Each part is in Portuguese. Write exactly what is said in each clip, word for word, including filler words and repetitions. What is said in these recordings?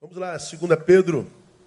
Vamos lá, segunda Pedro,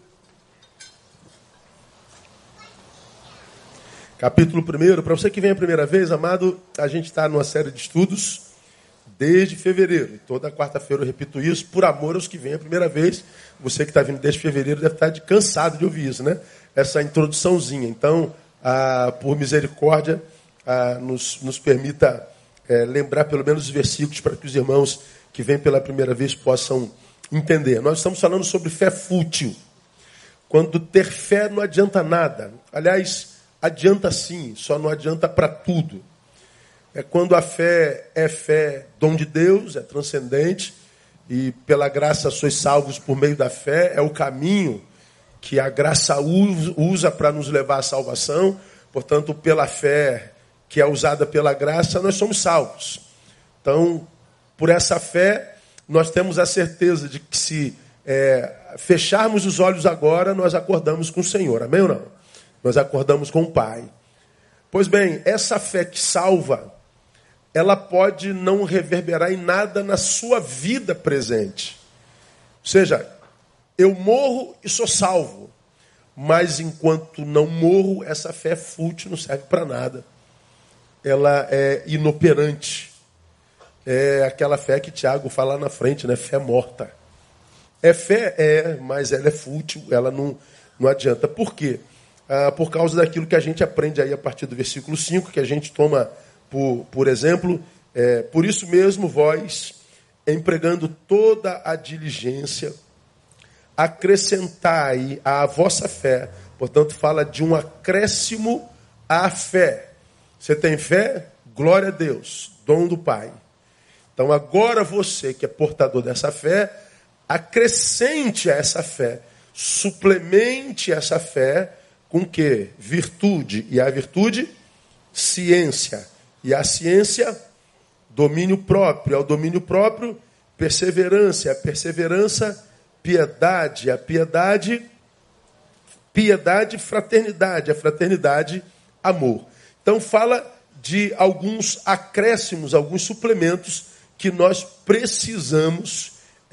capítulo um. Para você que vem a primeira vez, amado, a gente está numa série de estudos desde fevereiro. Toda quarta-feira eu repito isso, por amor aos que vêm a primeira vez. Você que está vindo desde fevereiro deve estar de, cansado de ouvir isso, né? Essa introduçãozinha. Então, ah, por misericórdia, ah, nos, nos permita é, lembrar pelo menos os versículos para que os irmãos que vêm pela primeira vez possam entender. Nós estamos falando sobre fé fútil. Quando ter fé não adianta nada. Aliás, adianta sim, só não adianta para tudo. É quando a fé é fé, dom de Deus, é transcendente, e pela graça sois salvos por meio da fé, é o caminho que a graça usa para nos levar à salvação. Portanto, pela fé que é usada pela graça, nós somos salvos. Então, por essa fé, nós temos a certeza de que se é, fecharmos os olhos agora, nós acordamos com o Senhor. Amém ou não? Nós acordamos com o Pai. Pois bem, essa fé que salva, ela pode não reverberar em nada na sua vida presente. Ou seja, eu morro e sou salvo. Mas enquanto não morro, essa fé é fútil, não serve para nada. Ela é inoperante. É aquela fé que Tiago fala na frente, né? Fé morta. É fé? É, mas ela é fútil, ela não, não adianta. Por quê? Ah, por causa daquilo que a gente aprende aí a partir do versículo cinco, que a gente toma por, por exemplo. É, por isso mesmo, vós, empregando toda a diligência, acrescentai à vossa fé. Portanto, fala de um acréscimo à fé. Você tem fé? Glória a Deus, dom do Pai. Então, agora você que é portador dessa fé, acrescente a essa fé, suplemente essa fé com que? Virtude. E a virtude, ciência. E a ciência, domínio próprio. Ao domínio próprio, perseverança. A perseverança, piedade. A piedade, piedade, fraternidade. A fraternidade, amor. Então, fala de alguns acréscimos, alguns suplementos que nós precisamos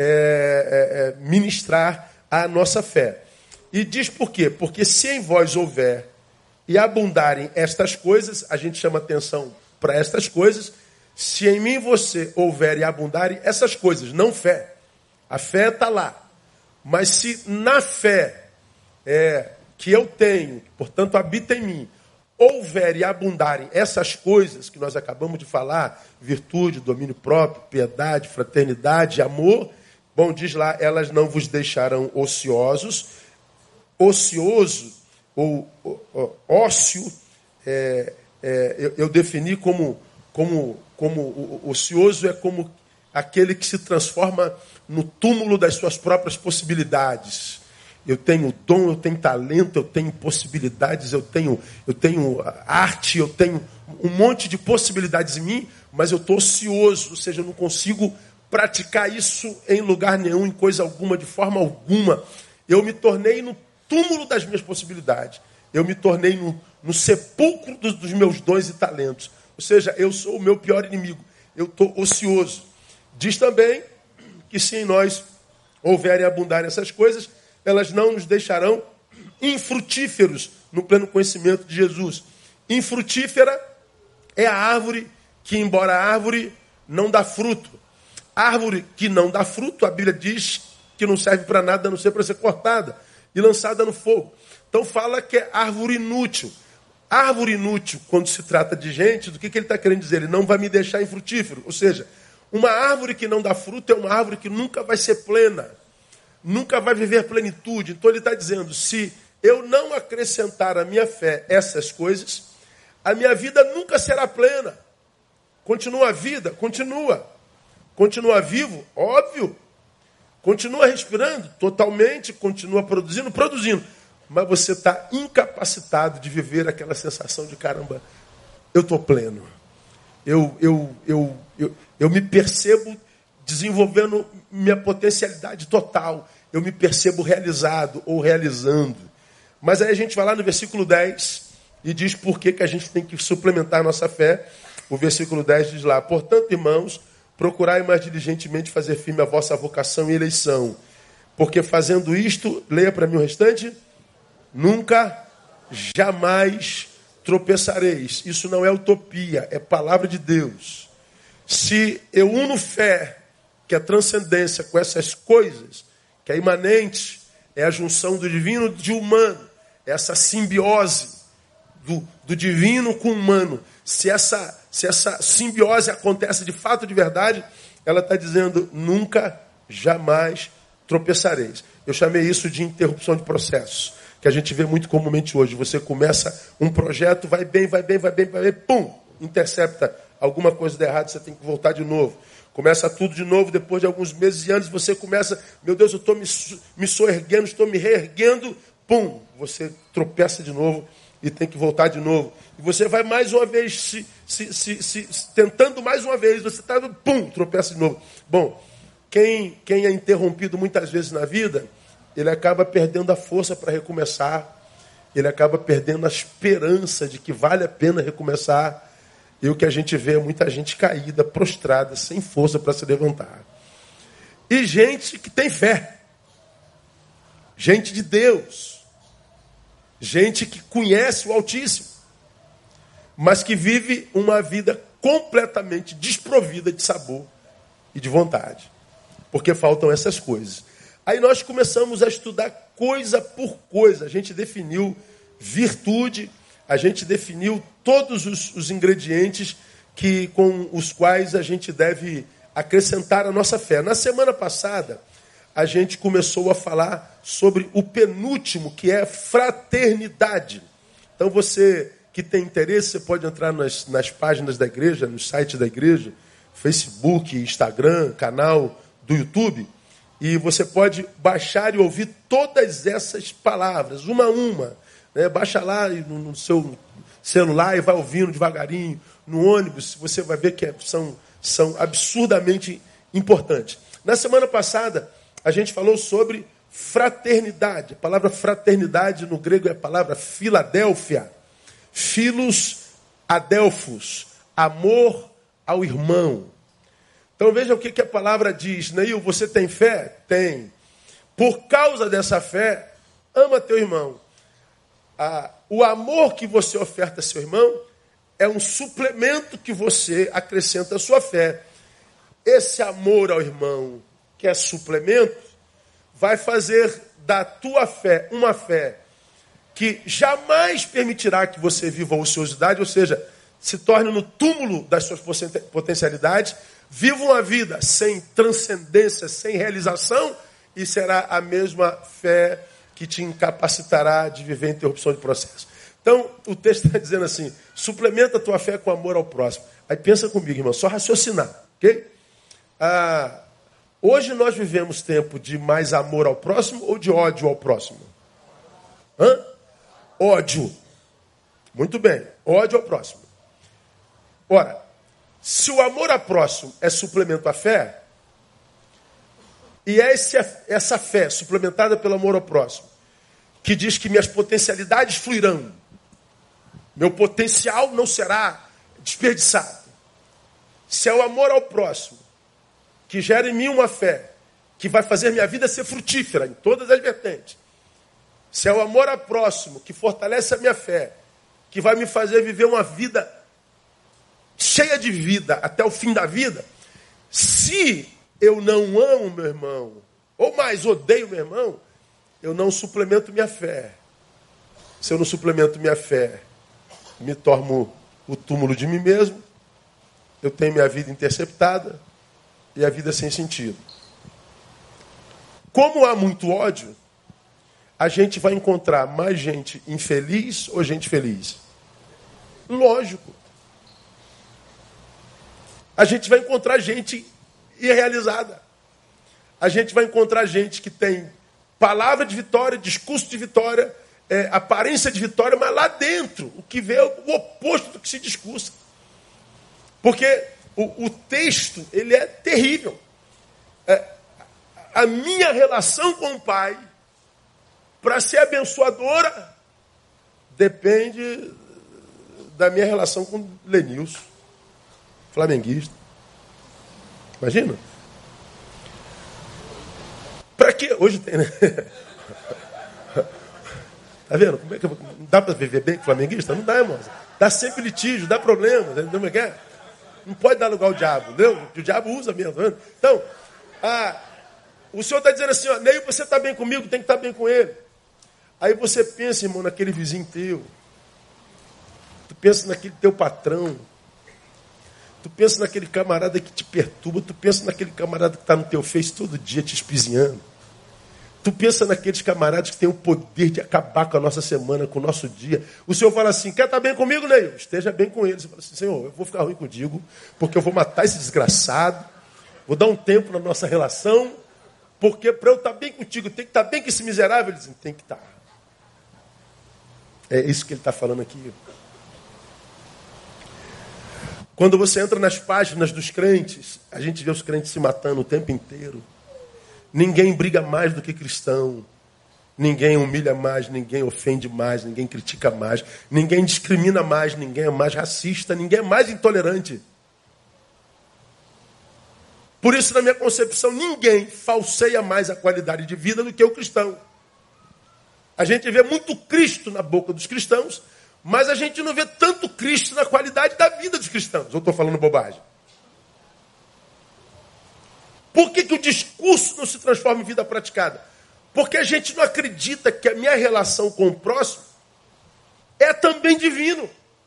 é, é, ministrar à nossa fé. E diz por quê? Porque se em vós houver e abundarem estas coisas, a gente chama atenção para estas coisas, se em mim e você houver e abundarem essas coisas, não fé. A fé está lá. Mas se na fé é, que eu tenho, portanto habita em mim, houver e abundarem essas coisas que nós acabamos de falar, virtude, domínio próprio, piedade, fraternidade, amor, bom, diz lá, elas não vos deixarão ociosos. Ocioso, ou, ou, ou ócio, é, é, eu, eu defini como, como, como ocioso é como aquele que se transforma no túmulo das suas próprias possibilidades. Eu tenho dom, eu tenho talento, eu tenho possibilidades, eu tenho, eu tenho arte, eu tenho um monte de possibilidades em mim, mas eu estou ocioso, ou seja, eu não consigo praticar isso em lugar nenhum, em coisa alguma, de forma alguma. Eu me tornei no túmulo das minhas possibilidades. Eu me tornei no, no sepulcro dos, dos meus dons e talentos. Ou seja, eu sou o meu pior inimigo. Eu estou ocioso. Diz também que se em nós houverem abundarem essas coisas, elas não nos deixarão infrutíferos no pleno conhecimento de Jesus. Infrutífera é a árvore que, embora a árvore, não dá fruto. Árvore que não dá fruto, a Bíblia diz que não serve para nada, a não ser para ser cortada e lançada no fogo. Então fala que é árvore inútil. Árvore inútil, quando se trata de gente, do que, que ele está querendo dizer? Ele não vai me deixar infrutífero. Ou seja, uma árvore que não dá fruto é uma árvore que nunca vai ser plena. Nunca vai viver plenitude. Então ele está dizendo, se eu não acrescentar à minha fé essas coisas, a minha vida nunca será plena. Continua a vida? Continua. Continua vivo? Óbvio. Continua respirando? Totalmente. Continua produzindo? Produzindo. Mas você está incapacitado de viver aquela sensação de, caramba, eu estou pleno. Eu, eu, eu, eu, eu me percebo desenvolvendo minha potencialidade total. Eu me percebo realizado ou realizando. Mas aí a gente vai lá no versículo dez e diz por que, que a gente tem que suplementar a nossa fé. O versículo dez diz lá, portanto, irmãos, procurai mais diligentemente fazer firme a vossa vocação e eleição. Porque fazendo isto, leia para mim o restante, nunca, jamais tropeçareis. Isso não é utopia, é palavra de Deus. Se eu uno fé, que é a transcendência, com essas coisas, que é imanente, é a junção do divino e do humano, essa simbiose do, do divino com o humano. Se essa, se essa simbiose acontece de fato, de verdade, ela está dizendo, nunca, jamais tropeçareis. Eu chamei isso de interrupção de processo, que a gente vê muito comumente hoje. Você começa um projeto, vai bem, vai bem, vai bem, vai bem, pum, intercepta alguma coisa de errado, você tem que voltar de novo. Começa tudo de novo, depois de alguns meses e anos, você começa, meu Deus, eu estou me, me soerguendo, estou me reerguendo, pum, você tropeça de novo e tem que voltar de novo. E você vai mais uma vez, se, se, se, se tentando mais uma vez, você está, pum, tropeça de novo. Bom, quem, quem é interrompido muitas vezes na vida, ele acaba perdendo a força para recomeçar, ele acaba perdendo a esperança de que vale a pena recomeçar. E o que a gente vê é muita gente caída, prostrada, sem força para se levantar. E gente que tem fé. Gente de Deus. Gente que conhece o Altíssimo. Mas que vive uma vida completamente desprovida de sabor e de vontade. Porque faltam essas coisas. Aí nós começamos a estudar coisa por coisa. A gente definiu virtude, a gente definiu todos os, os ingredientes que, com os quais a gente deve acrescentar a nossa fé. Na semana passada, a gente começou a falar sobre o penúltimo, que é fraternidade. Então você que tem interesse, você pode entrar nas, nas páginas da igreja, no site da igreja, Facebook, Instagram, canal do YouTube, e você pode baixar e ouvir todas essas palavras, uma a uma. Né? Baixa lá no, no seu celular e vai ouvindo devagarinho. No ônibus, você vai ver que é, são, são absurdamente importantes. Na semana passada, a gente falou sobre fraternidade. A palavra fraternidade no grego é a palavra Filadélfia. Filos adelphos, amor ao irmão. Então veja o que, que a palavra diz. Neil, você tem fé? Tem. Por causa dessa fé, ama teu irmão. Ah, o amor que você oferta a seu irmão é um suplemento que você acrescenta à sua fé. Esse amor ao irmão, que é suplemento, vai fazer da tua fé uma fé que jamais permitirá que você viva a ociosidade, ou seja, se torne no túmulo das suas potencialidades, viva uma vida sem transcendência, sem realização, e será a mesma fé que te incapacitará de viver a interrupção de processo. Então, o texto está dizendo assim, suplementa a tua fé com amor ao próximo. Aí pensa comigo, irmão, só raciocinar, ok? Ah, hoje nós vivemos tempo de mais amor ao próximo ou de ódio ao próximo? Hã? Ódio. Muito bem, ódio ao próximo. Ora, se o amor ao próximo é suplemento à fé, e é esse, essa fé suplementada pelo amor ao próximo, que diz que minhas potencialidades fluirão, meu potencial não será desperdiçado. Se é o amor ao próximo, que gera em mim uma fé, que vai fazer minha vida ser frutífera em todas as vertentes, se é o amor ao próximo, que fortalece a minha fé, que vai me fazer viver uma vida cheia de vida até o fim da vida, se eu não amo meu irmão, ou mais, odeio meu irmão, eu não suplemento minha fé. Se eu não suplemento minha fé, me torno o túmulo de mim mesmo, eu tenho minha vida interceptada e a vida sem sentido. Como há muito ódio, a gente vai encontrar mais gente infeliz ou gente feliz? Lógico. A gente vai encontrar gente irrealizada. A gente vai encontrar gente que tem palavra de vitória, discurso de vitória, é, aparência de vitória, mas lá dentro, o que vê é o oposto do que se discursa. Porque o, o texto, ele é terrível. É, a minha relação com o Pai, para ser abençoadora, depende da minha relação com Lenilson, flamenguista. Imagina? Para Para quê? Hoje tem, né? Tá vendo? Como é que eu... Não dá para viver bem com flamenguista? Não dá, irmão. Dá sempre litígio, dá problema. Entendeu como é que é? Não pode dar lugar ao diabo, entendeu? O diabo usa mesmo. Tá vendo? Então, ah, o Senhor está dizendo assim, ó, Neil, você está bem comigo, tem que estar bem com ele. Aí você pensa, irmão, naquele vizinho teu. Tu pensa naquele teu patrão. Tu pensa naquele camarada que te perturba. Tu pensa naquele camarada que está no teu face todo dia te espizinhando. Tu pensa naqueles camaradas que têm o poder de acabar com a nossa semana, com o nosso dia. O Senhor fala assim, quer estar bem comigo, Neil? Esteja bem com eles. Você fala assim, Senhor, eu vou ficar ruim contigo, porque eu vou matar esse desgraçado, vou dar um tempo na nossa relação, porque para eu estar bem contigo, tem que estar bem com esse miserável. Ele diz, tem que estar. É isso que ele está falando aqui. Quando você entra nas páginas dos crentes, a gente vê os crentes se matando o tempo inteiro. Ninguém briga mais do que cristão. Ninguém humilha mais, ninguém ofende mais, ninguém critica mais, ninguém discrimina mais, ninguém é mais racista, ninguém é mais intolerante. Por isso, na minha concepção, ninguém falseia mais a qualidade de vida do que o cristão. A gente vê muito Cristo na boca dos cristãos, mas a gente não vê tanto Cristo na qualidade da vida dos cristãos. Eu estou falando bobagem. Por que que o discurso não se transforma em vida praticada? Porque a gente não acredita que a minha relação com o próximo é também divino.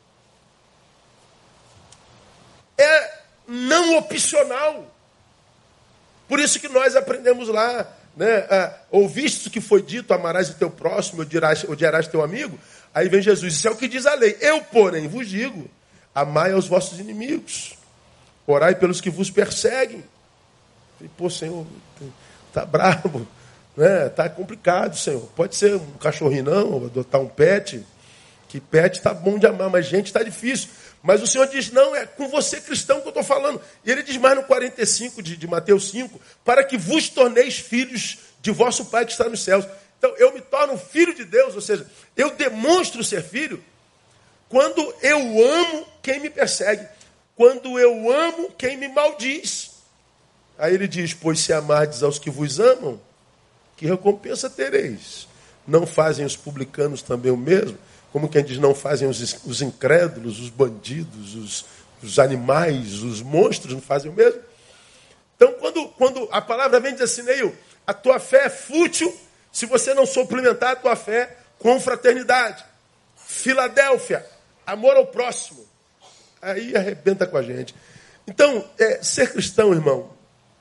É não opcional. Por isso que nós aprendemos lá, né? Ah, ouviste o que foi dito, amarás o teu próximo, odiarás, odiarás teu amigo. Aí vem Jesus, isso é o que diz a lei. Eu, porém, vos digo, amai aos vossos inimigos, orai pelos que vos perseguem. E, pô, Senhor, tá bravo, né? Tá complicado, Senhor. Pode ser um cachorrinho não, adotar um pet, que pet tá bom de amar, mas gente tá difícil. Mas o Senhor diz, não, é com você cristão que eu estou falando. E ele diz mais no quarenta e cinco de, de Mateus cinco, para que vos torneis filhos de vosso Pai que está nos céus. Então, eu me torno filho de Deus, ou seja, eu demonstro ser filho quando eu amo quem me persegue, quando eu amo quem me maldiz. Aí ele diz, pois se amardes aos que vos amam, que recompensa tereis? Não fazem os publicanos também o mesmo? Como quem diz, não fazem os, os incrédulos, os bandidos, os, os animais, os monstros, não fazem o mesmo? Então, quando, quando a palavra vem dizer assim, Neil, a tua fé é fútil se você não suplementar a tua fé com fraternidade. Filadélfia, amor ao próximo. Aí arrebenta com a gente. Então, é, ser cristão, irmão,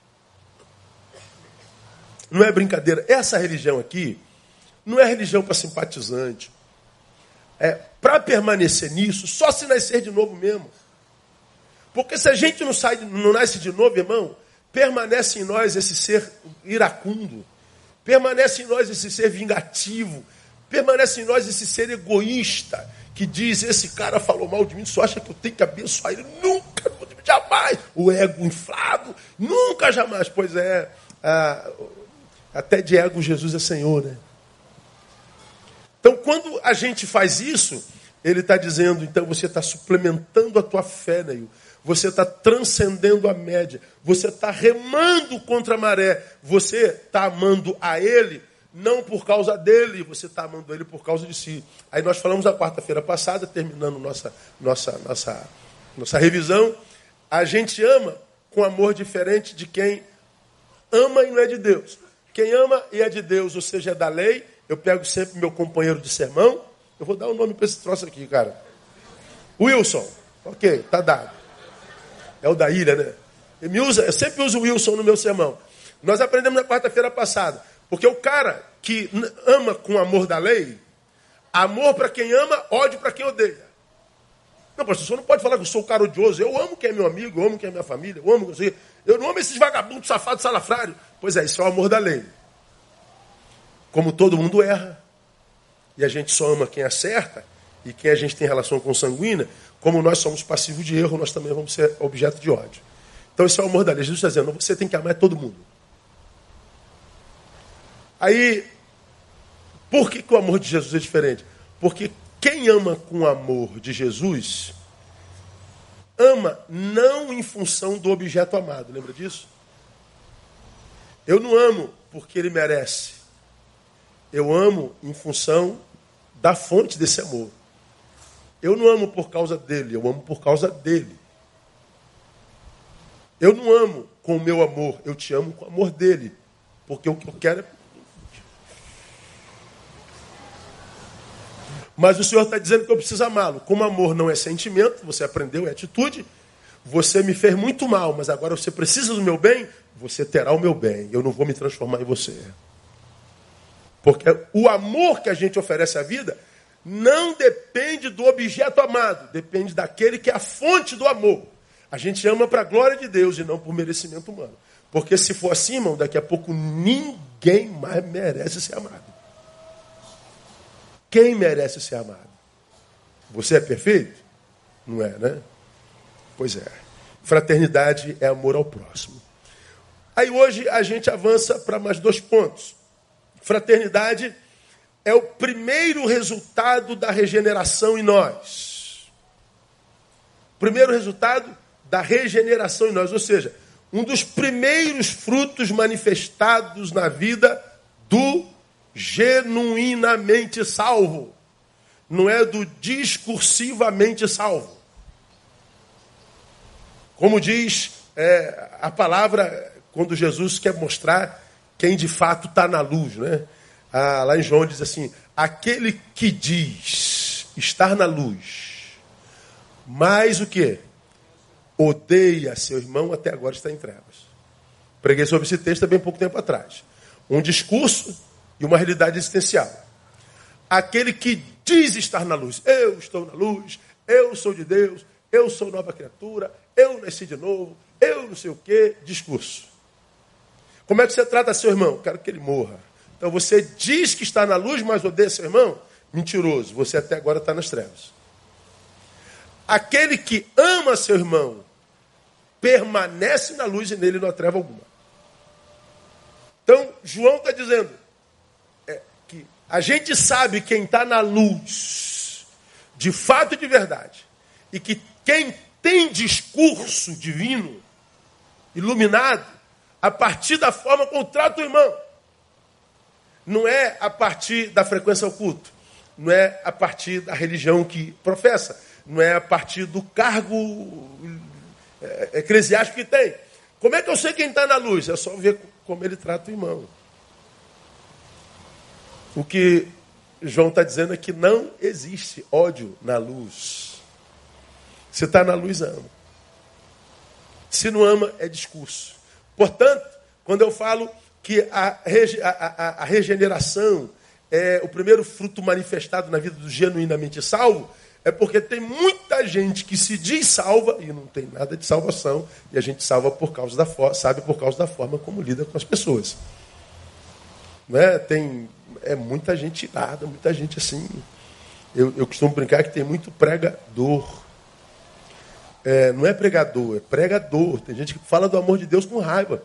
não é brincadeira. Essa religião aqui não é religião para simpatizante. É, para permanecer nisso, só se nascer de novo mesmo. Porque se a gente não, sai, não nasce de novo, irmão, permanece em nós esse ser iracundo, permanece em nós esse ser vingativo, permanece em nós esse ser egoísta, que diz, esse cara falou mal de mim, só acha que eu tenho que abençoar ele. Nunca, jamais. O ego inflado, nunca, jamais. Pois é, a, até de ego Jesus é Senhor, né? Então, quando a gente faz isso, ele está dizendo, então você está suplementando a tua fé, Neil. Você está transcendendo a média. Você está remando contra a maré. Você está amando a ele, não por causa dele, você está amando ele por causa de si. Aí nós falamos na quarta-feira passada, terminando nossa, nossa, nossa, nossa revisão, a gente ama com amor diferente de quem ama e não é de Deus. Quem ama e é de Deus, ou seja, é da lei. Eu pego sempre meu companheiro de sermão. Eu vou dar um nome para esse troço aqui, cara. Wilson. Ok, tá dado. É o da ilha, né? Eu, me usa, eu sempre uso o Wilson no meu sermão. Nós aprendemos na quarta-feira passada. Porque o cara que ama com amor da lei, amor para quem ama, ódio para quem odeia. Não, pastor, você não pode falar que eu sou o cara odioso. Eu amo quem é meu amigo, eu amo quem é minha família, eu amo quem... Eu não amo esses vagabundos, safados, salafrários. Pois é, isso é o amor da lei. Como todo mundo erra, e a gente só ama quem acerta, e quem a gente tem relação consanguínea, como nós somos passivos de erro, nós também vamos ser objeto de ódio. Então esse é o amor da lei. Jesus está dizendo, você tem que amar todo mundo. Aí, por que, que o amor de Jesus é diferente? Porque quem ama com o amor de Jesus, ama não em função do objeto amado, lembra disso? Eu não amo porque ele merece. Eu amo em função da fonte desse amor. Eu não amo por causa dele, eu amo por causa dele. Eu não amo com o meu amor, eu te amo com o amor dele. Porque o que eu quero é... Mas o Senhor está dizendo que eu preciso amá-lo. Como amor não é sentimento, você aprendeu, é atitude. Você me fez muito mal, mas agora você precisa do meu bem, você terá o meu bem. Eu não vou me transformar em você. Porque o amor que a gente oferece à vida não depende do objeto amado, depende daquele que é a fonte do amor. A gente ama para a glória de Deus e não por merecimento humano. Porque se for assim, irmão, daqui a pouco ninguém mais merece ser amado. Quem merece ser amado? Você é perfeito? Não é, né? Pois é. Fraternidade é amor ao próximo. Aí hoje a gente avança para mais dois pontos. Fraternidade é o primeiro resultado da regeneração em nós. Primeiro resultado da regeneração em nós. Ou seja, um dos primeiros frutos manifestados na vida do genuinamente salvo. Não é do discursivamente salvo. Como diz é, a palavra, quando Jesus quer mostrar quem de fato está na luz, né? Ah, lá em João diz assim, aquele que diz estar na luz, mas o quê? Odeia seu irmão, até agora está em trevas. Preguei sobre esse texto há bem pouco tempo atrás. Um discurso e uma realidade existencial. Aquele que diz estar na luz, eu estou na luz, eu sou de Deus, eu sou nova criatura, eu nasci de novo, eu não sei o quê, discurso. Como é que você trata seu irmão? Quero que ele morra. Então você diz que está na luz, mas odeia seu irmão? Mentiroso, você até agora está nas trevas. Aquele que ama seu irmão, permanece na luz e nele não há treva alguma. Então, João está dizendo é, que a gente sabe quem está na luz, de fato e de verdade, e que quem tem discurso divino, iluminado, a partir da forma como trata o irmão. Não é a partir da frequência ao culto, não é a partir da religião que professa, não é a partir do cargo eclesiástico que tem. Como é que eu sei quem está na luz? É só ver como ele trata o irmão. O que João está dizendo é que não existe ódio na luz. Se está na luz, ama. Se não ama, é discurso. Portanto, quando eu falo que a, rege, a, a, a regeneração é o primeiro fruto manifestado na vida do genuinamente salvo, é porque tem muita gente que se diz salva e não tem nada de salvação, e a gente salva por causa da forma, sabe por causa da forma como lida com as pessoas. Não é? Tem, é muita gente irada, muita gente assim. Eu, eu costumo brincar que tem muito pregador. É, não é pregador, é pregador. Tem gente que fala do amor de Deus com raiva.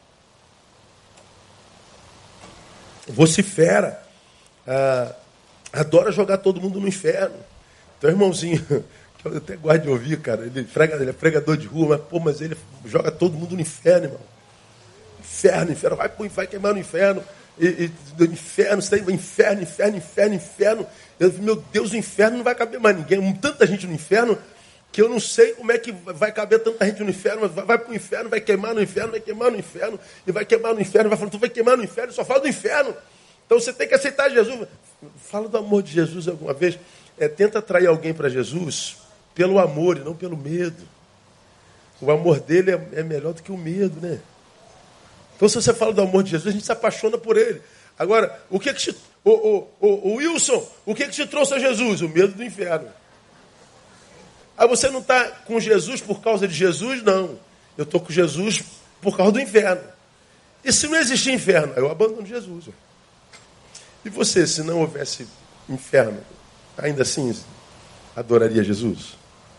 Vocifera. Ah, adora jogar todo mundo no inferno. Então, irmãozinho, que eu até gosto de ouvir, cara, ele, frega, ele é pregador de rua, mas, pô, mas ele joga todo mundo no inferno, irmão. Inferno, inferno, vai, pô, vai queimar no inferno. E, e, do inferno, você tem inferno, inferno, inferno, inferno. Eu, meu Deus, o inferno não vai caber mais ninguém. Tanta gente no inferno que eu não sei como é que vai caber tanta gente no inferno, mas vai, vai para o inferno, vai queimar no inferno, vai queimar no inferno, e vai queimar no inferno, vai falando, tu vai queimar no inferno, só fala do inferno. Então você tem que aceitar Jesus. Fala do amor de Jesus alguma vez. É, tenta atrair alguém para Jesus pelo amor e não pelo medo. O amor dele é, é melhor do que o medo, né? Então se você fala do amor de Jesus, a gente se apaixona por ele. Agora, o que que te... O, o, o, o Wilson, o que que te trouxe a Jesus? O medo do inferno. Ah, você não está com Jesus por causa de Jesus? Não. Eu estou com Jesus por causa do inferno. E se não existir inferno? Eu abandono Jesus. E você, se não houvesse inferno, ainda assim adoraria Jesus?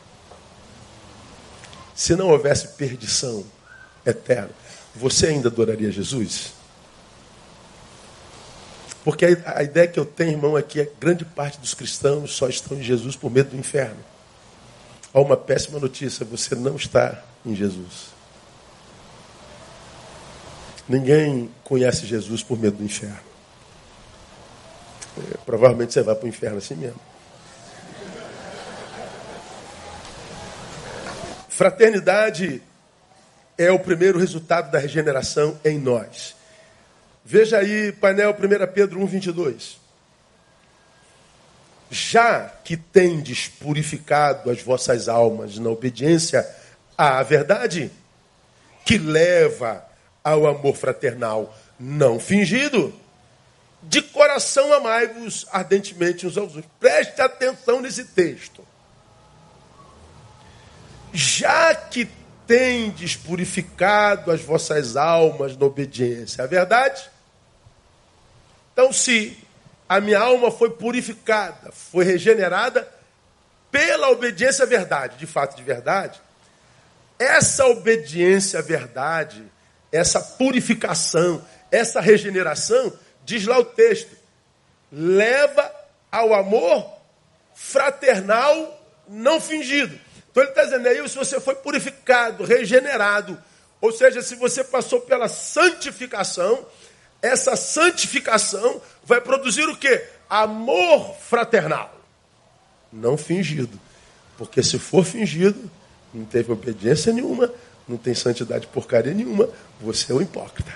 Se não houvesse perdição eterna, você ainda adoraria Jesus? Porque a, a ideia que eu tenho, irmão, é que grande parte dos cristãos só estão em Jesus por medo do inferno. Há uma péssima notícia, você não está em Jesus. Ninguém conhece Jesus por medo do inferno. É, provavelmente você vai para o inferno assim mesmo. Fraternidade é o primeiro resultado da regeneração em nós. Veja aí, painel primeira Pedro um, vinte e dois. Já que tendes purificado as vossas almas na obediência à verdade, que leva ao amor fraternal não fingido, de coração amai-vos ardentemente uns aos outros. Preste atenção nesse texto. Já que tendes purificado as vossas almas na obediência à verdade, então se a minha alma foi purificada, foi regenerada pela obediência à verdade, de fato, de verdade, essa obediência à verdade, essa purificação, essa regeneração, diz lá o texto, leva ao amor fraternal não fingido. Então ele está dizendo aí, se você foi purificado, regenerado, ou seja, se você passou pela santificação, essa santificação vai produzir o quê? Amor fraternal. Não fingido. Porque se for fingido, não teve obediência nenhuma, não tem santidade porcaria nenhuma, você é um hipócrita.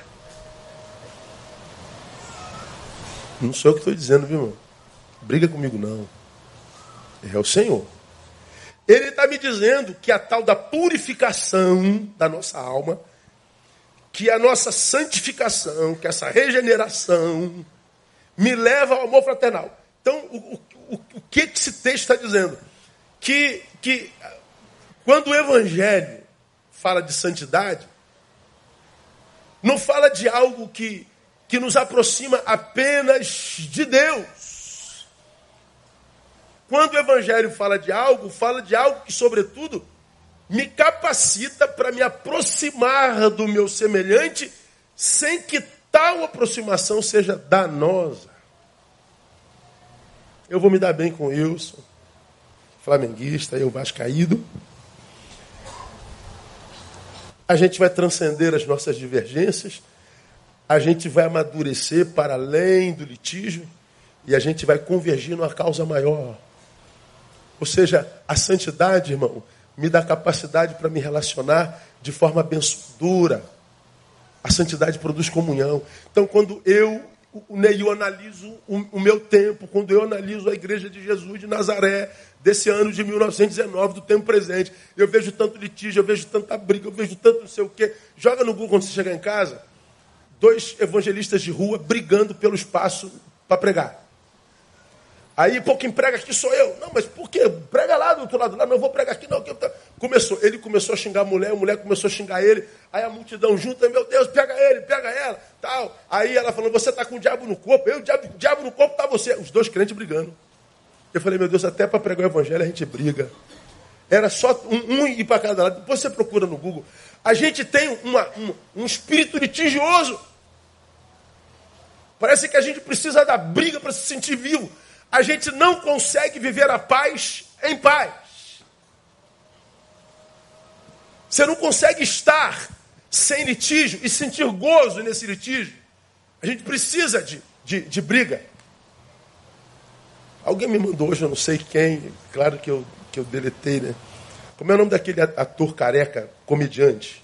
Não sou eu que estou dizendo, viu, irmão? Briga comigo, não. É o Senhor. Ele está me dizendo que a tal da purificação da nossa alma, que a nossa santificação, que essa regeneração me leva ao amor fraternal. Então, o, o, o que esse texto está dizendo? Que, que quando o Evangelho fala de santidade, não fala de algo que, que nos aproxima apenas de Deus. Quando o Evangelho fala de algo, fala de algo que, sobretudo, me capacita para me aproximar do meu semelhante sem que tal aproximação seja danosa. Eu vou me dar bem com o Wilson, flamenguista, eu vascaído. A gente vai transcender as nossas divergências, a gente vai amadurecer para além do litígio e a gente vai convergir numa causa maior. Ou seja, a santidade, irmão, me dá capacidade para me relacionar de forma abençoadora. A santidade produz comunhão. Então, quando eu, eu analiso o meu tempo, quando eu analiso a Igreja de Jesus de Nazaré, desse ano de mil novecentos e dezenove, do tempo presente, eu vejo tanto litígio, eu vejo tanta briga, eu vejo tanto não sei o quê. Joga no Google quando você chegar em casa, dois evangelistas de rua brigando pelo espaço para pregar. Aí, pô, quem prega aqui sou eu. Não, mas por quê? Prega lá do outro lado. Lá, não, eu vou pregar aqui, não. Começou, ele começou a xingar a mulher, a mulher começou a xingar ele. Aí a multidão junta, meu Deus, pega ele, pega ela, tal. Aí ela falou, você está com o diabo no corpo. Eu, o diabo, o diabo no corpo está você. Os dois crentes brigando. Eu falei, meu Deus, até para pregar o evangelho a gente briga. Era só um, um ir para cada lado. Depois você procura no Google. A gente tem uma, um, um espírito litigioso. Parece que a gente precisa da briga para se sentir vivo. A gente não consegue viver a paz em paz. Você não consegue estar sem litígio e sentir gozo nesse litígio. A gente precisa de, de, de briga. Alguém me mandou hoje, eu não sei quem, claro que eu, que eu deletei, né? Como é o nome daquele ator careca, comediante?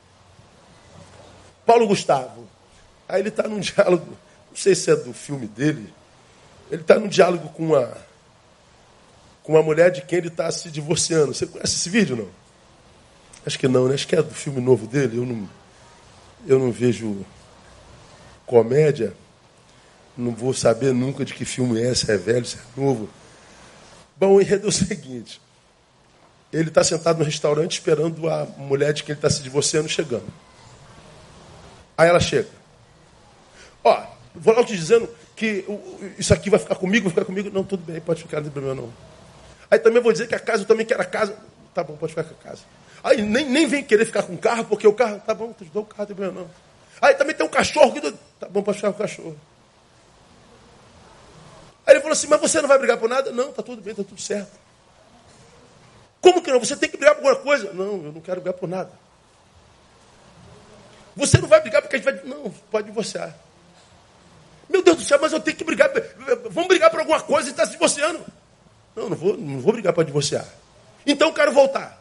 Paulo Gustavo. Aí ele está num diálogo, não sei se é do filme dele, ele está num diálogo com uma, com uma mulher de quem ele está se divorciando. Você conhece esse vídeo, não? Acho que não, né? Acho que é do filme novo dele. Eu não, eu não vejo comédia. Não vou saber nunca de que filme é, se é velho, se é novo. Bom, o enredo é o seguinte. Ele está sentado no restaurante esperando a mulher de quem ele está se divorciando chegando. Aí ela chega. Ó, vou logo te dizendo que isso aqui vai ficar comigo, vai ficar comigo. Não, tudo bem, pode ficar, não tem problema não. Aí também vou dizer que a casa, eu também quero a casa. Tá bom, pode ficar com a casa. Aí nem, nem vem querer ficar com o carro, porque o carro, tá bom, te dou o carro, não tem problema não. Aí também tem um cachorro, que tá bom, pode ficar com o cachorro. Aí ele falou assim, mas você não vai brigar por nada? Não, tá tudo bem, tá tudo certo. Como que não? Você tem que brigar por alguma coisa? Não, eu não quero brigar por nada. Você não vai brigar porque a gente vai... Não, pode divorciar. Meu Deus do céu, mas eu tenho que brigar. Vamos brigar por alguma coisa e está se divorciando. Não, não vou, não vou brigar para divorciar. Então eu quero voltar.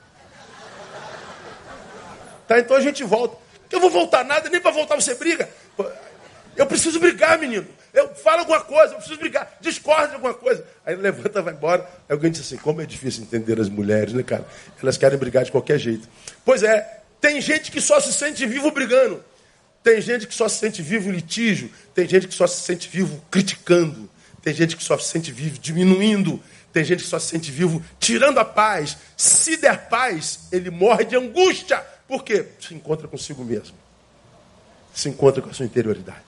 Tá, então a gente volta. Eu vou voltar nada, nem para voltar você briga. Eu preciso brigar, menino. Eu falo alguma coisa, eu preciso brigar. Discorda de alguma coisa. Aí ele levanta, vai embora. Aí alguém diz assim, como é difícil entender as mulheres, né, cara? Elas querem brigar de qualquer jeito. Pois é, tem gente que só se sente vivo brigando. Tem gente que só se sente vivo litígio. Tem gente que só se sente vivo criticando. Tem gente que só se sente vivo diminuindo. Tem gente que só se sente vivo tirando a paz. Se der paz, ele morre de angústia. Por quê? Se encontra consigo mesmo. Se encontra com a sua interioridade.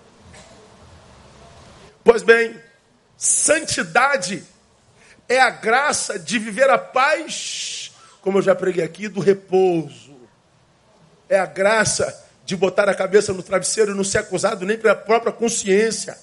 Pois bem, santidade é a graça de viver a paz, como eu já preguei aqui, do repouso. É a graça de botar a cabeça no travesseiro e não ser acusado nem pela própria consciência.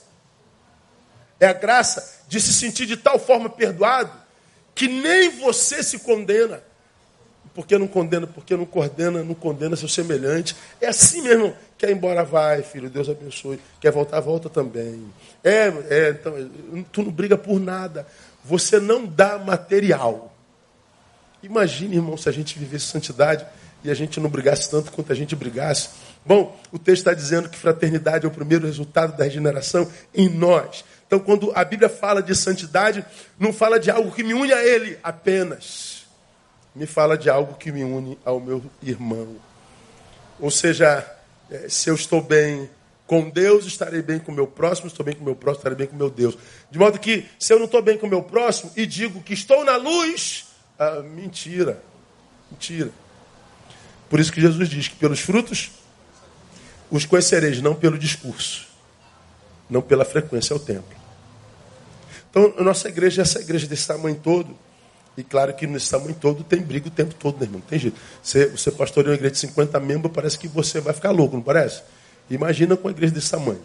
É a graça de se sentir de tal forma perdoado que nem você se condena. Por que não condena? Porque não coordena, não condena seu semelhante. É assim mesmo. Quer ir embora, vai, filho, Deus abençoe. Quer voltar, volta também. É, é, então, tu não briga por nada. Você não dá material. Imagine, irmão, se a gente vivesse santidade e a gente não brigasse tanto quanto a gente brigasse. Bom, o texto está dizendo que fraternidade é o primeiro resultado da regeneração em nós. Então, quando a Bíblia fala de santidade, não fala de algo que me une a ele apenas. Me fala de algo que me une ao meu irmão. Ou seja, se eu estou bem com Deus, estarei bem com o meu próximo, estou bem com o meu próximo, estarei bem com o meu Deus. De modo que, se eu não estou bem com o meu próximo e digo que estou na luz, ah, mentira, mentira. Por isso que Jesus diz que pelos frutos os conhecereis, não pelo discurso, não pela frequência ao templo. Então, a nossa igreja é essa igreja desse tamanho todo. E claro que nesse tamanho todo tem briga o tempo todo, né, irmão? Não tem jeito. Você, você pastoreia uma igreja de cinquenta membros, parece que você vai ficar louco, não parece? Imagina com uma igreja desse tamanho.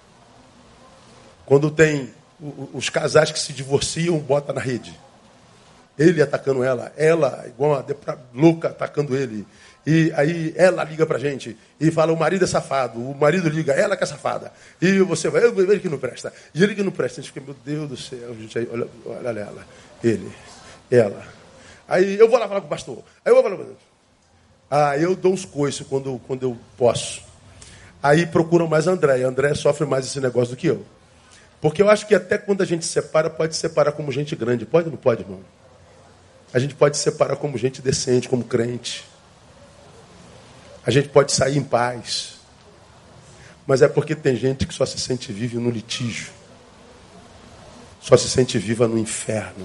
Quando tem os casais que se divorciam, bota na rede. Ele atacando ela, ela igual uma louca atacando ele. E aí ela liga pra gente e fala, o marido é safado. O marido liga, ela que é safada. E você vai, ele que não presta. E ele que não presta. A gente fica, meu Deus do céu, gente, aí, olha, olha ela, ele. Ela. Aí eu vou lá falar com o pastor. Aí eu vou falar. Ah, eu dou uns coices quando, quando eu posso. Aí procuram mais André. André sofre mais esse negócio do que eu. Porque eu acho que até quando a gente separa, pode separar como gente grande. Pode ou não pode, irmão? A gente pode separar como gente decente, como crente. A gente pode sair em paz. Mas é porque tem gente que só se sente viva no litígio. Só se sente viva no inferno.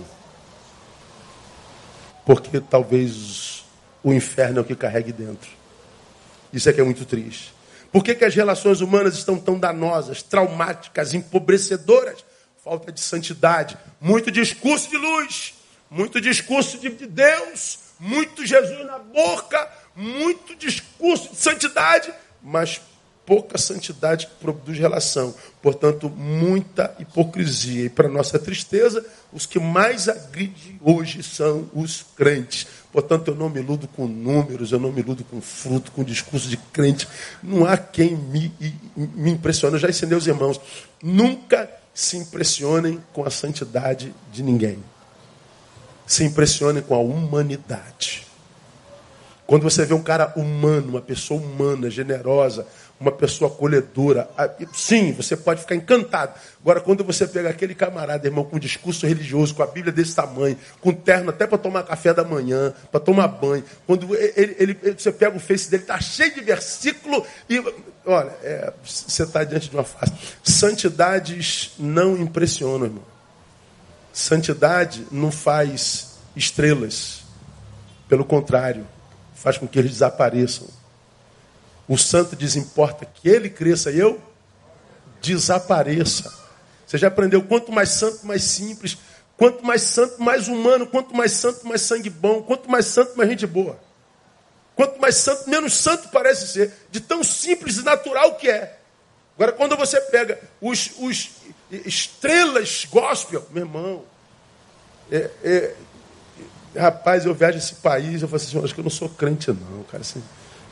Porque talvez o inferno é o que carregue dentro. Isso é que é muito triste. Por que que as relações humanas estão tão danosas, traumáticas, empobrecedoras? Falta de santidade. Muito discurso de luz. Muito discurso de Deus. Muito Jesus na boca. Muito discurso de santidade. Mas pouca santidade que produz relação. Portanto, muita hipocrisia. E para nossa tristeza, os que mais agridem hoje são os crentes. Portanto, eu não me iludo com números, eu não me iludo com fruto, com discurso de crente. Não há quem me, me impressione. Eu já ensinei aos irmãos. Nunca se impressionem com a santidade de ninguém. Se impressionem com a humanidade. Quando você vê um cara humano, uma pessoa humana, generosa, uma pessoa acolhedora, sim, você pode ficar encantado. Agora, quando você pega aquele camarada, irmão, com um discurso religioso, com a Bíblia desse tamanho, com terno até para tomar café da manhã, para tomar banho, quando ele, ele, ele, você pega o face dele, está cheio de versículo, e, olha, é, você está diante de uma face. Santidades não impressionam, irmão. Santidade não faz estrelas. Pelo contrário, faz com que eles desapareçam. O santo desimporta que ele cresça e eu desapareça. Você já aprendeu, quanto mais santo, mais simples. Quanto mais santo, mais humano. Quanto mais santo, mais sangue bom. Quanto mais santo, mais gente boa. Quanto mais santo, menos santo parece ser. De tão simples e natural que é. Agora, quando você pega os, os estrelas gospel, meu irmão, é, é, rapaz, eu viajo esse país, eu falo assim, acho que eu não sou crente não, cara. Assim,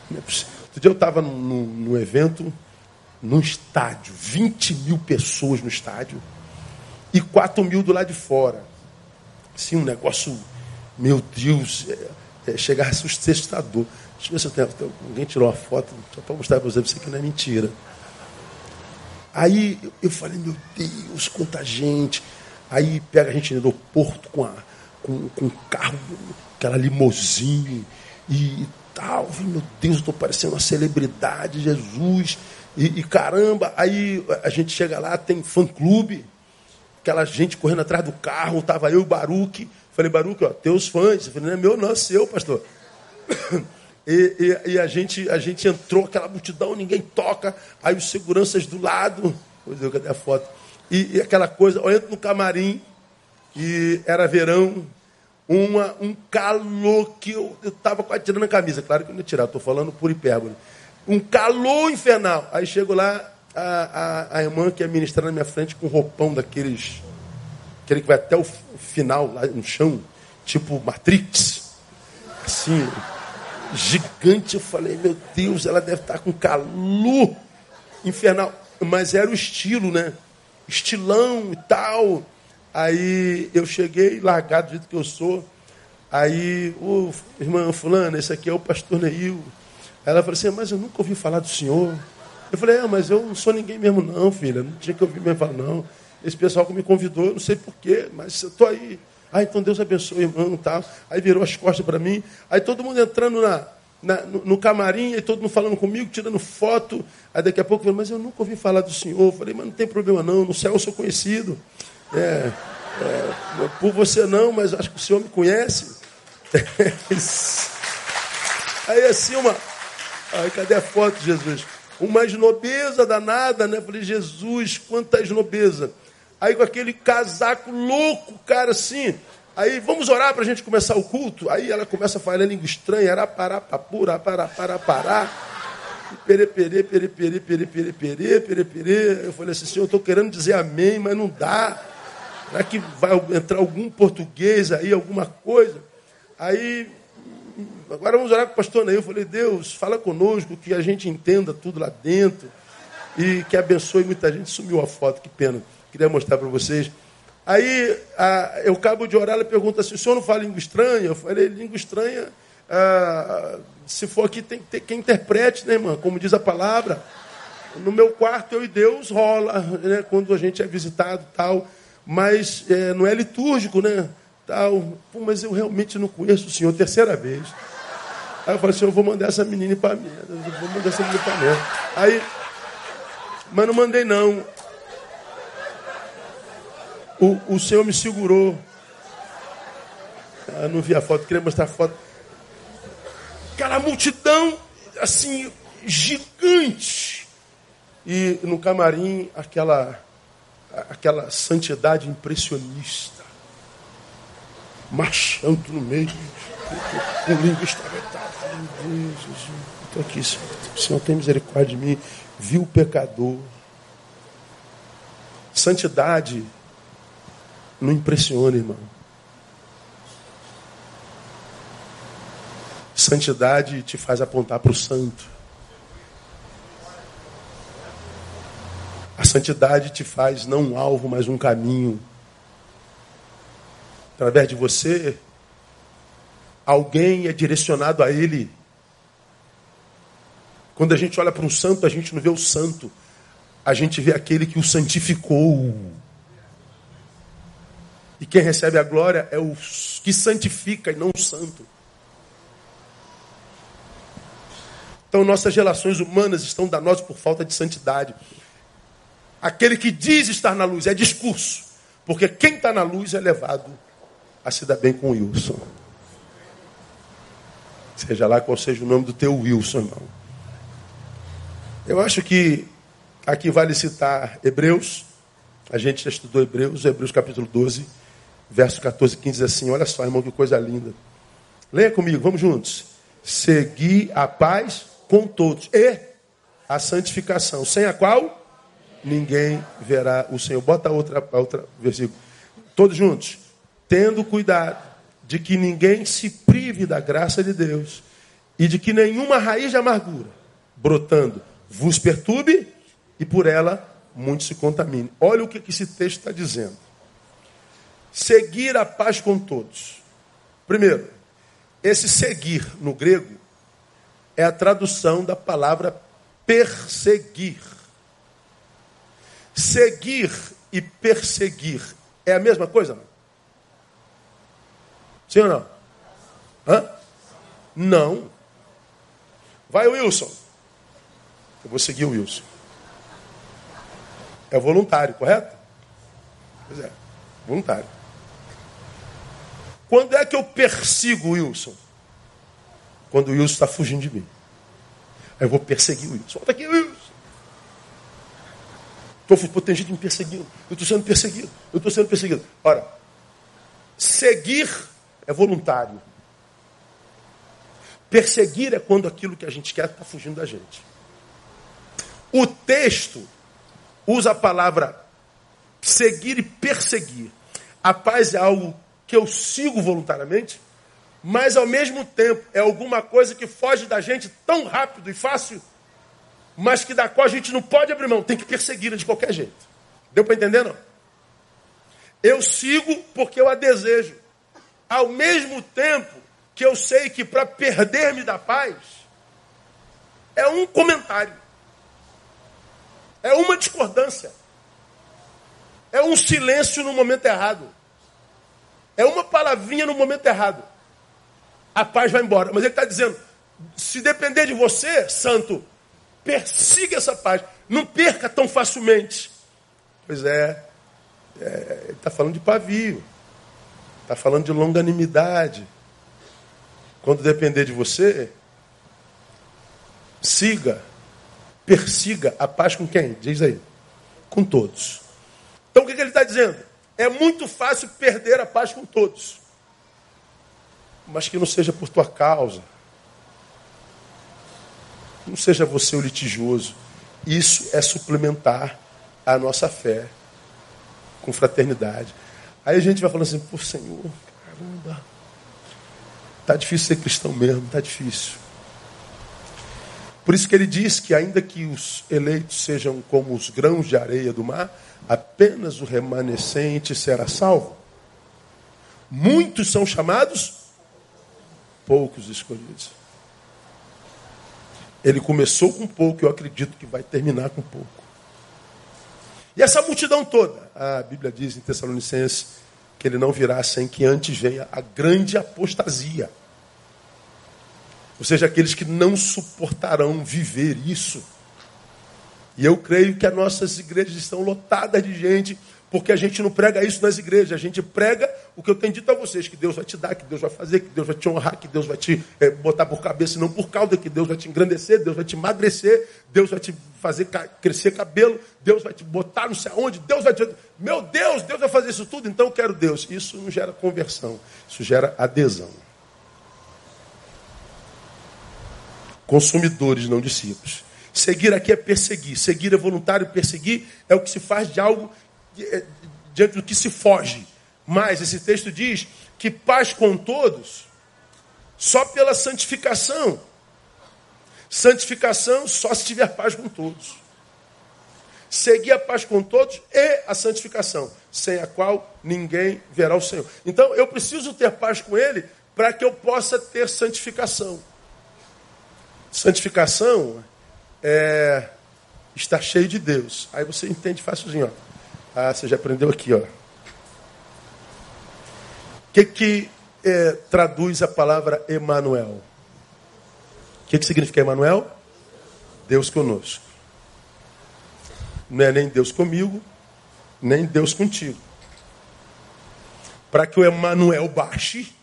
Outro dia eu estava num, num, num evento, num estádio, vinte mil pessoas no estádio e quatro mil do lado de fora. Assim, um negócio, meu Deus, é, é, chegar a ser assustador. Deixa eu ver se eu tenho, alguém tirou uma foto, só para mostrar para você que não é mentira. Aí eu falei, meu Deus, quanta gente. Aí pega a gente no aeroporto com, a, com, com um carro, aquela limousine e tal. Meu Deus, eu estou parecendo uma celebridade, Jesus. E, e caramba, aí a gente chega lá, tem fã-clube, aquela gente correndo atrás do carro, estava eu e o Baruque. Falei, Baruque, ó, teus fãs. Eu falei, não é meu, não, é seu, pastor. E, e, e a, gente, a gente entrou, aquela multidão, ninguém toca. Aí os seguranças do lado, vou dizer, cadê a foto? E, e aquela coisa, eu entro no camarim, e era verão, uma, um calor que eu estava quase tirando a camisa. Claro que eu não ia tirar, estou falando por hipérbole. Um calor infernal. Aí chego lá, a, a, a irmã que ia ministrar na minha frente com um roupão daqueles, aquele que vai até o final, lá no chão, tipo Matrix. Assim, gigante. Eu falei, meu Deus, ela deve estar com calor infernal. Mas era o estilo, né? Estilão e tal. Aí eu cheguei, largado do jeito que eu sou. Aí, ô, irmã fulana, esse aqui é o pastor Neil. Aí ela falou assim, mas eu nunca ouvi falar do senhor. Eu falei, é, mas eu não sou ninguém mesmo não, filha. Não tinha que ouvir mesmo falar, não. Esse pessoal que me convidou, não sei porquê, mas eu estou aí. Ah, então Deus abençoe, irmão, tal. Aí virou as costas para mim. Aí todo mundo entrando na, na, no, no camarim, aí todo mundo falando comigo, tirando foto. Aí daqui a pouco eu falei, mas eu nunca ouvi falar do senhor. Eu falei, mas não tem problema não, no céu eu sou conhecido. É, é, por você não, mas acho que o senhor me conhece. Aí assim, uma... Aí, cadê a foto, Jesus? Uma esnobeza danada, né? Eu falei, Jesus, quanta esnobeza. Aí com aquele casaco louco, cara, assim. Aí, vamos orar para a gente começar o culto? Aí ela começa a falar língua estranha. Arapará, papura, pará, pará, pará. Perê, perê, perê, perê, perê, perê, perê, perê, perê. Eu falei assim, senhor, eu estou querendo dizer amém, mas não dá. Será que vai entrar algum português aí, alguma coisa? Aí, agora vamos orar com o pastor Neil. Eu falei, Deus, fala conosco, que a gente entenda tudo lá dentro e que abençoe muita gente. Sumiu a foto, que pena. Queria mostrar para vocês. Aí, a, eu acabo de orar, ela pergunta assim, o senhor não fala língua estranha? Eu falei, língua estranha, ah, se for aqui, tem que ter quem interprete, né, irmã? Como diz a palavra. No meu quarto, eu e Deus rola, né, quando a gente é visitado e tal. Mas é, não é litúrgico, né? Tal. Pô, mas eu realmente não conheço o senhor, terceira vez. Aí eu falei assim, eu vou mandar essa menina para mim. Eu vou mandar essa menina para mim. Aí, mas não mandei não. O, o Senhor me segurou. Eu não vi a foto, queria mostrar a foto. Aquela multidão, assim, gigante. E no camarim, aquela, aquela santidade impressionista. Marchando no meio, com língua estravetada. Meu Deus, Jesus, estou aqui, Senhor. O Senhor tem misericórdia de mim. Viu o pecador. Santidade não impressiona, irmão. Santidade te faz apontar para o santo. A santidade te faz não um alvo, mas um caminho. Através de você, alguém é direcionado a ele. Quando a gente olha para um santo, a gente não vê o santo. A gente vê aquele que o santificou. E quem recebe a glória é o que santifica e não o santo. Então nossas relações humanas estão danosas por falta de santidade. Aquele que diz estar na luz é discurso. Porque quem está na luz é levado a se dar bem com o Wilson. Seja lá qual seja o nome do teu Wilson, irmão. Eu acho que aqui vale citar Hebreus. A gente já estudou Hebreus, Hebreus capítulo doze, verso catorze e quinze, diz assim, olha só, irmão, que coisa linda. Leia comigo, vamos juntos. Segui a paz com todos e a santificação, sem a qual ninguém verá o Senhor. Bota a outra, a outra versículo. Todos juntos. Tendo cuidado de que ninguém se prive da graça de Deus e de que nenhuma raiz de amargura, brotando, vos perturbe, e por ela muito se contamine. Olha o que esse texto está dizendo. Seguir a paz com todos. Primeiro, esse seguir no grego é a tradução da palavra perseguir. Seguir e perseguir é a mesma coisa? Não? Sim ou não? Hã? Não. Vai, Wilson. Eu vou seguir o Wilson. É voluntário, correto? Pois é, voluntário. Quando é que eu persigo o Wilson? Quando o Wilson está fugindo de mim. Aí eu vou perseguir o Wilson. Volta aqui, Wilson. Estou tem gente me perseguindo. Eu estou sendo perseguido. Eu estou sendo perseguido. Ora, seguir é voluntário. Perseguir é quando aquilo que a gente quer está fugindo da gente. O texto usa a palavra seguir e perseguir. A paz é algo que eu sigo voluntariamente, mas ao mesmo tempo é alguma coisa que foge da gente tão rápido e fácil, mas que da qual a gente não pode abrir mão, tem que persegui-la de qualquer jeito. Deu para entender, não? Eu sigo porque eu a desejo. Ao mesmo tempo que eu sei que para perder-me da paz, é um comentário, é uma discordância, é um silêncio no momento errado, é uma palavrinha no momento errado. A paz vai embora. Mas ele está dizendo, se depender de você, santo, persiga essa paz. Não perca tão facilmente. Pois é, é ele está falando de pavio. Está falando de longanimidade. Quando depender de você, siga, persiga a paz com quem? Diz aí. Com todos. Então o que, que ele está dizendo? É muito fácil perder a paz com todos. Mas que não seja por tua causa. Não seja você o litigioso. Isso é suplementar a nossa fé com fraternidade. Aí a gente vai falando assim, pô, Senhor, caramba, tá difícil ser cristão mesmo, tá difícil. Por isso que ele diz que ainda que os eleitos sejam como os grãos de areia do mar, apenas o remanescente será salvo. Muitos são chamados, poucos escolhidos. Ele começou com pouco, eu acredito que vai terminar com pouco. E essa multidão toda, a Bíblia diz em Tessalonicenses que ele não virá sem que antes venha a grande apostasia. Ou seja, aqueles que não suportarão viver isso. E eu creio que as nossas igrejas estão lotadas de gente, porque a gente não prega isso nas igrejas. A gente prega o que eu tenho dito a vocês, que Deus vai te dar, que Deus vai fazer, que Deus vai te honrar, que Deus vai te é, botar por cabeça, não por cauda, que Deus vai te engrandecer, Deus vai te emagrecer, Deus vai te fazer ca- crescer cabelo, Deus vai te botar não sei aonde, Deus vai te... Meu Deus, Deus vai fazer isso tudo, então eu quero Deus. Isso não gera conversão, isso gera adesão. Consumidores, não discípulos. Seguir aqui é perseguir. Seguir é voluntário, perseguir é o que se faz de algo diante do que se foge. Mas esse texto diz que paz com todos só pela santificação. Santificação só se tiver paz com todos. Seguir a paz com todos e a santificação, sem a qual ninguém verá o Senhor. Então eu preciso ter paz com Ele para que eu possa ter santificação. Santificação é estar cheio de Deus. Aí você entende facilzinho, ó. Ah, você já aprendeu aqui, ó. O que que é, traduz a palavra Emanuel? O que que significa Emanuel? Deus conosco. Não é nem Deus comigo, nem Deus contigo. Para que o Emanuel baixe,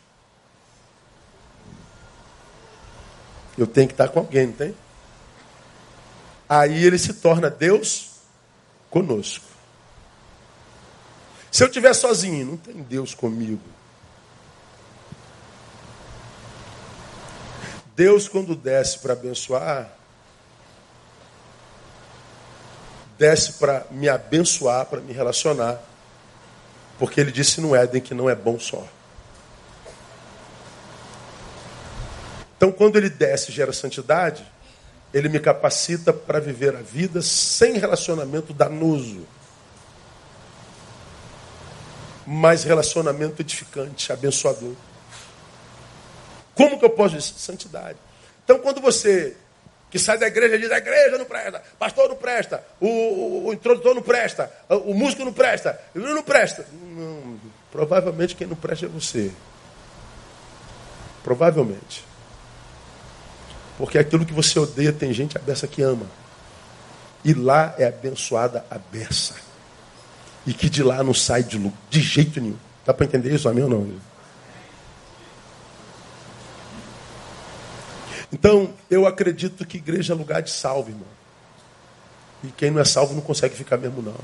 eu tenho que estar com alguém, não tem? Aí ele se torna Deus conosco. Se eu estiver sozinho, não tem Deus comigo. Deus, quando desce para abençoar, desce para me abençoar, para me relacionar. Porque ele disse no Éden que não é bom só. Então, quando ele desce e gera santidade, ele me capacita para viver a vida sem relacionamento danoso, mas relacionamento edificante, abençoador. Como que eu posso dizer? Santidade. Então, quando você que sai da igreja diz, a igreja não presta, pastor não presta, o, o, o introdutor não presta, o, o músico não presta, ele não presta. Não, provavelmente quem não presta é você. Provavelmente. Porque aquilo que você odeia tem gente a beça que ama. E lá é abençoada a beça. E que de lá não sai de, de jeito nenhum. Dá para entender isso, amém ou não? Então, eu acredito que igreja é lugar de salvo, irmão. E quem não é salvo não consegue ficar mesmo, não.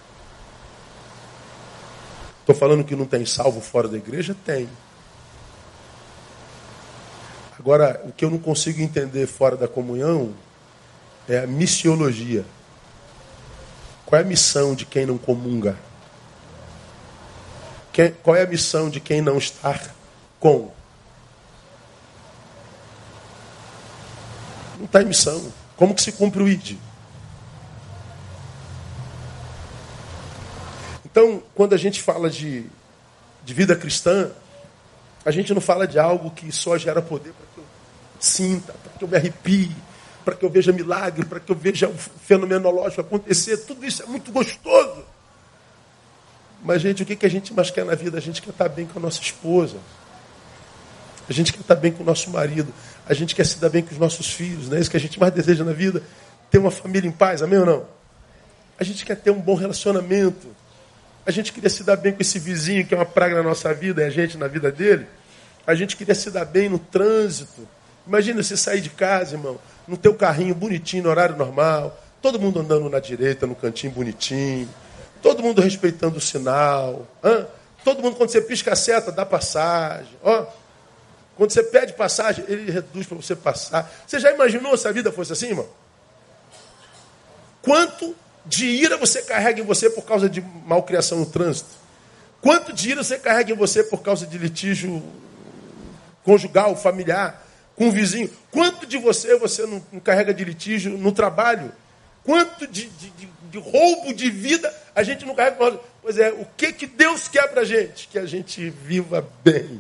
Estou falando que não tem salvo fora da igreja? Tem. Agora, o que eu não consigo entender fora da comunhão é a missiologia. Qual é a missão de quem não comunga? Quem, qual é a missão de quem não está com? Não está em missão. Como que se cumpre o I D? Então, quando a gente fala de, de vida cristã, a gente não fala de algo que só gera poder para que eu sinta, para que eu me arrepie, para que eu veja milagre, para que eu veja o fenomenológico acontecer. Tudo isso é muito gostoso. Mas, gente, o que, que a gente mais quer na vida? A gente quer estar bem com a nossa esposa. A gente quer estar bem com o nosso marido. A gente quer se dar bem com os nossos filhos. Não é isso que a gente mais deseja na vida? Ter uma família em paz, amém ou não? A gente quer ter um bom relacionamento. A gente queria se dar bem com esse vizinho que é uma praga na nossa vida e a gente na vida dele. A gente queria se dar bem no trânsito. Imagina você sair de casa, irmão, no teu carrinho bonitinho, no horário normal, todo mundo andando na direita, no cantinho bonitinho, todo mundo respeitando o sinal. Hã? Todo mundo, quando você pisca a seta, dá passagem. Ó, quando você pede passagem, ele reduz para você passar. Você já imaginou se a vida fosse assim, irmão? Quanto de ira você carrega em você por causa de malcriação no trânsito? Quanto de ira você carrega em você por causa de litígio conjugal, familiar, com o vizinho? Quanto de você você não, não carrega de litígio no trabalho? Quanto de, de, de, de roubo de vida a gente não carrega? Pois é, o que, que Deus quer para a gente? Que a gente viva bem.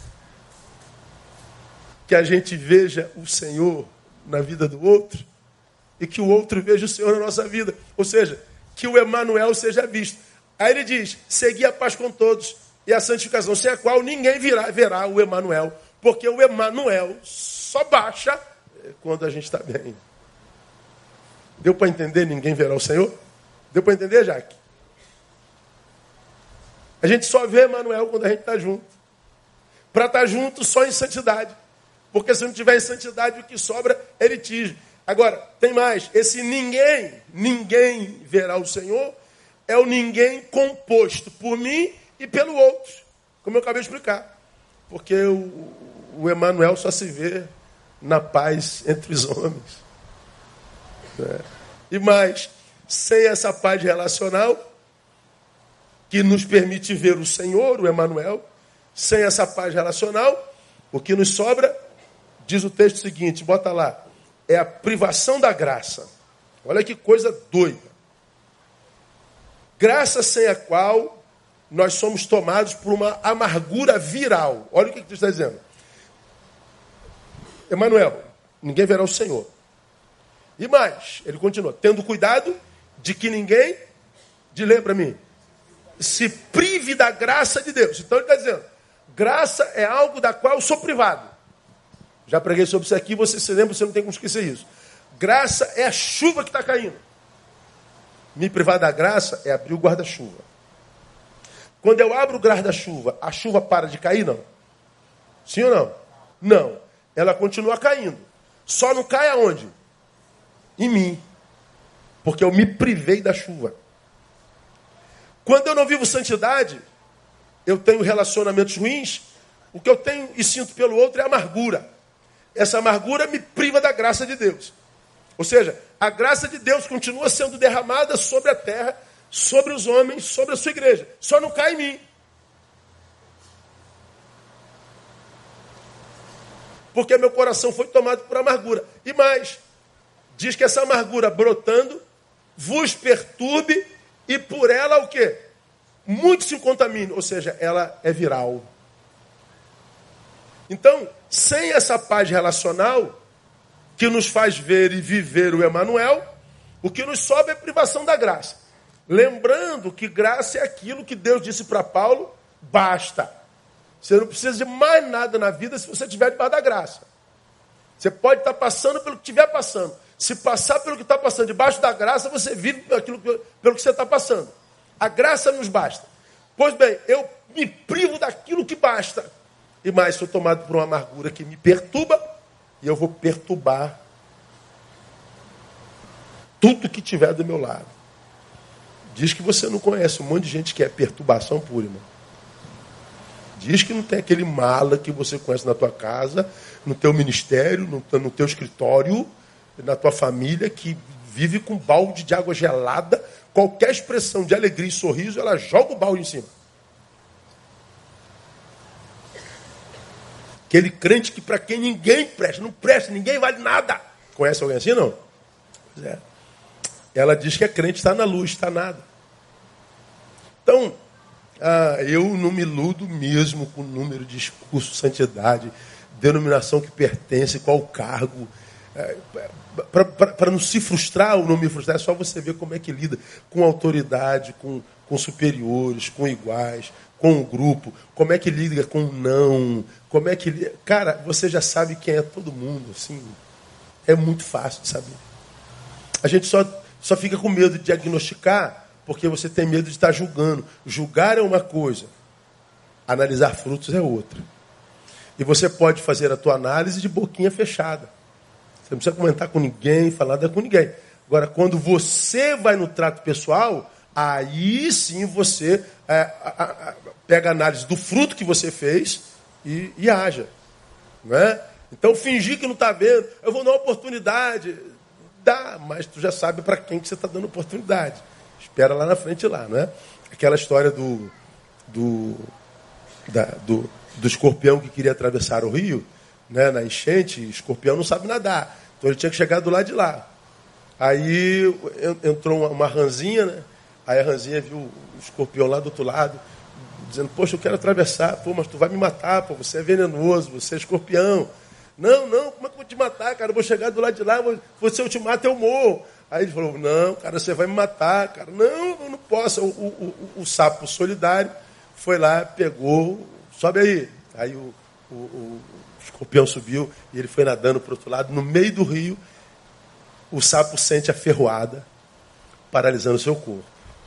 Que a gente veja o Senhor na vida do outro e que o outro veja o Senhor na nossa vida. Ou seja, que o Emanuel seja visto. Aí ele diz, segui a paz com todos e a santificação, sem a qual ninguém virá, verá o Emanuel. Porque o Emanuel só baixa quando a gente está bem. Deu para entender? Ninguém verá o Senhor? Deu para entender, Jaque? A gente só vê Emanuel quando a gente está junto. Para estar junto só em santidade. Porque se não tiver em santidade, o que sobra é litígio. Agora, tem mais. Esse ninguém, ninguém verá o Senhor, é o ninguém composto por mim e pelo outro. Como eu acabei de explicar. Porque o, o Emanuel só se vê na paz entre os homens. É. E mais, sem essa paz relacional, que nos permite ver o Senhor, o Emanuel, sem essa paz relacional, o que nos sobra, diz o texto seguinte, bota lá, é a privação da graça. Olha que coisa doida. Graça sem a qual nós somos tomados por uma amargura viral. Olha o que Cristo está dizendo. Emanuel, ninguém verá o Senhor. E mais, ele continua, tendo cuidado de que ninguém, de ler para mim, se prive da graça de Deus. Então ele está dizendo, graça é algo da qual eu sou privado. Já preguei sobre isso aqui, você se lembra, você não tem como esquecer isso. Graça é a chuva que está caindo. Me privar da graça é abrir o guarda-chuva. Quando eu abro o guarda-chuva, a chuva para de cair, não? Sim ou não? Não. Ela continua caindo. Só não cai aonde? Em mim. Porque eu me privei da chuva. Quando eu não vivo santidade, eu tenho relacionamentos ruins, o que eu tenho e sinto pelo outro é amargura. Essa amargura me priva da graça de Deus. Ou seja, a graça de Deus continua sendo derramada sobre a terra, sobre os homens, sobre a sua igreja. Só não cai em mim. porque meu coração foi tomado por amargura. E mais, diz que essa amargura brotando vos perturbe e por ela o quê? Muito se contamine, ou seja, ela é viral. Então, sem essa paz relacional, que nos faz ver e viver o Emanuel, o que nos sobe é privação da graça. Lembrando que graça é aquilo que Deus disse para Paulo, basta. Você não precisa de mais nada na vida se você estiver debaixo da graça. Você pode estar passando pelo que estiver passando. Se passar pelo que está passando debaixo da graça, você vive aquilo, pelo que você está passando. A graça nos basta. Pois bem, eu me privo daquilo que basta. E mais, sou tomado por uma amargura que me perturba, e eu vou perturbar tudo que tiver do meu lado. Diz que você não conhece um monte de gente que é perturbação pura, irmão. Diz que não tem aquele mala que você conhece na tua casa, no teu ministério, no, no teu escritório, na tua família, que vive com balde de água gelada. Qualquer expressão de alegria e sorriso, ela joga o balde em cima. Aquele crente que para quem ninguém presta, não presta, ninguém vale nada. Conhece alguém assim, não? Pois é. Ela diz que é crente, está na luz, está nada. Então, ah, eu não me iludo mesmo com o número de discurso, santidade, denominação que pertence, qual cargo. É, para não se frustrar ou não me frustrar, é só você ver como é que lida com autoridade, com, com superiores, com iguais, com o grupo, como é que lida com o não, como é que lida... Cara, você já sabe quem é todo mundo, assim, é muito fácil de saber. A gente só, só fica com medo de diagnosticar porque você tem medo de estar julgando. Julgar é uma coisa, analisar frutos é outra. E você pode fazer a tua análise de boquinha fechada. Você não precisa comentar com ninguém, falar nada com ninguém. Agora, quando você vai no trato pessoal, aí sim você é, a, a, pega a análise do fruto que você fez e, e haja. Não é? Então, fingir que não está vendo, eu vou dar uma oportunidade. Dá, mas tu já sabe para quem que você está dando oportunidade. Espera lá na frente lá, não é? Aquela história do, do, da, do, do escorpião que queria atravessar o rio, né, na enchente, o escorpião não sabe nadar. Então ele tinha que chegar do lado de lá. Aí entrou uma, uma ranzinha, né? Aí a ranzinha viu o escorpião lá do outro lado, dizendo, poxa, eu quero atravessar. Pô, mas tu vai me matar, pô, você é venenoso, você é escorpião. Não, não, como é que eu vou te matar, cara? Eu vou chegar do lado de lá, vou, se eu te mato, eu morro. Aí ele falou, não, cara, você vai me matar, cara. Não, eu não posso. O, o, o, o sapo solidário foi lá, pegou, sobe aí. Aí o, o, o escorpião subiu e ele foi nadando para o outro lado. No meio do rio, o sapo sente a ferroada, paralisando o seu corpo.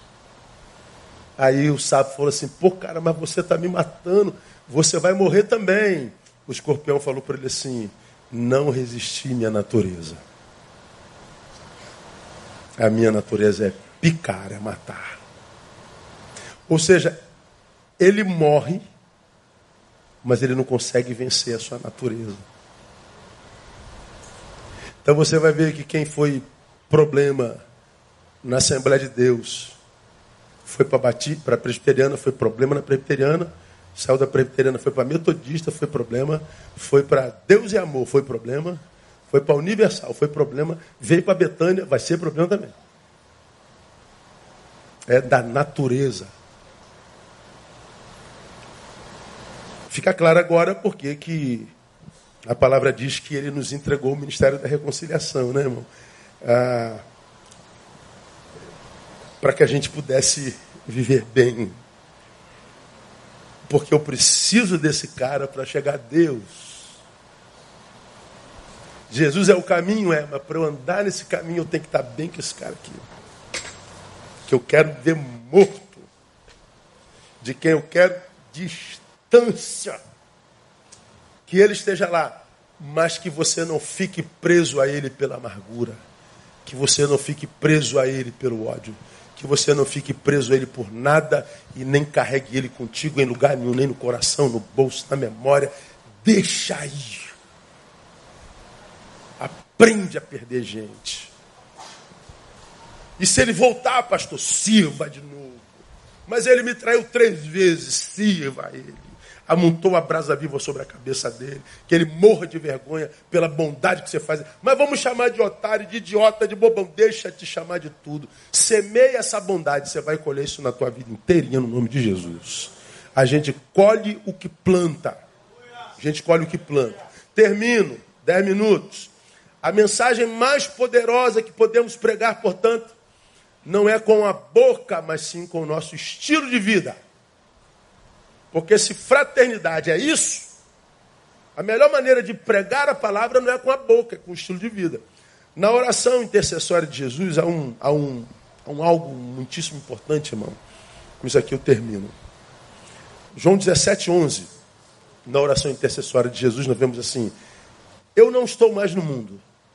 Aí o sapo falou assim, pô, cara, mas você está me matando, você vai morrer também. O escorpião falou para ele assim, não resisti minha natureza. A minha natureza é picar, é matar. Ou seja, ele morre, mas ele não consegue vencer a sua natureza. Então você vai ver que quem foi problema na Assembleia de Deus foi para a presbiteriana, foi problema na presbiteriana, saiu da presbiteriana, foi para a metodista, foi problema, foi para Deus e Amor, foi problema, foi para a Universal, foi problema, veio para a Betânia, vai ser problema também. É da natureza. Fica claro agora porque que a palavra diz que ele nos entregou o ministério da reconciliação, né, irmão? Ah, para que a gente pudesse viver bem. Porque eu preciso desse cara para chegar a Deus. Jesus é o caminho, é, mas para eu andar nesse caminho eu tenho que estar bem com esse cara aqui. Que eu quero ver morto. De quem eu quero distância. Que ele esteja lá, mas que você não fique preso a ele pela amargura. Que você não fique preso a ele pelo ódio. Que você não fique preso a ele por nada e nem carregue ele contigo em lugar nenhum, nem no coração, no bolso, na memória. Deixa aí. Aprende a perder gente. E se ele voltar, pastor, sirva de novo. Mas ele me traiu três vezes, sirva a ele. amontou a brasa viva sobre a cabeça dele, que ele morra de vergonha pela bondade que você faz. Mas vamos chamar de otário, de idiota, de bobão. Deixa te chamar de tudo. Semeia essa bondade, você vai colher isso na tua vida inteirinha, no nome de Jesus. A gente colhe o que planta. A gente colhe o que planta. Termino, dez minutos. A mensagem mais poderosa que podemos pregar, portanto, não é com a boca, mas sim com o nosso estilo de vida. Porque se fraternidade é isso, a melhor maneira de pregar a palavra não é com a boca, é com o estilo de vida. Na oração intercessória de Jesus há um, há um, há um algo muitíssimo importante, irmão. Com isso aqui eu termino. João dezessete, onze. Na oração intercessória de Jesus nós vemos assim: eu não estou mais no mundo,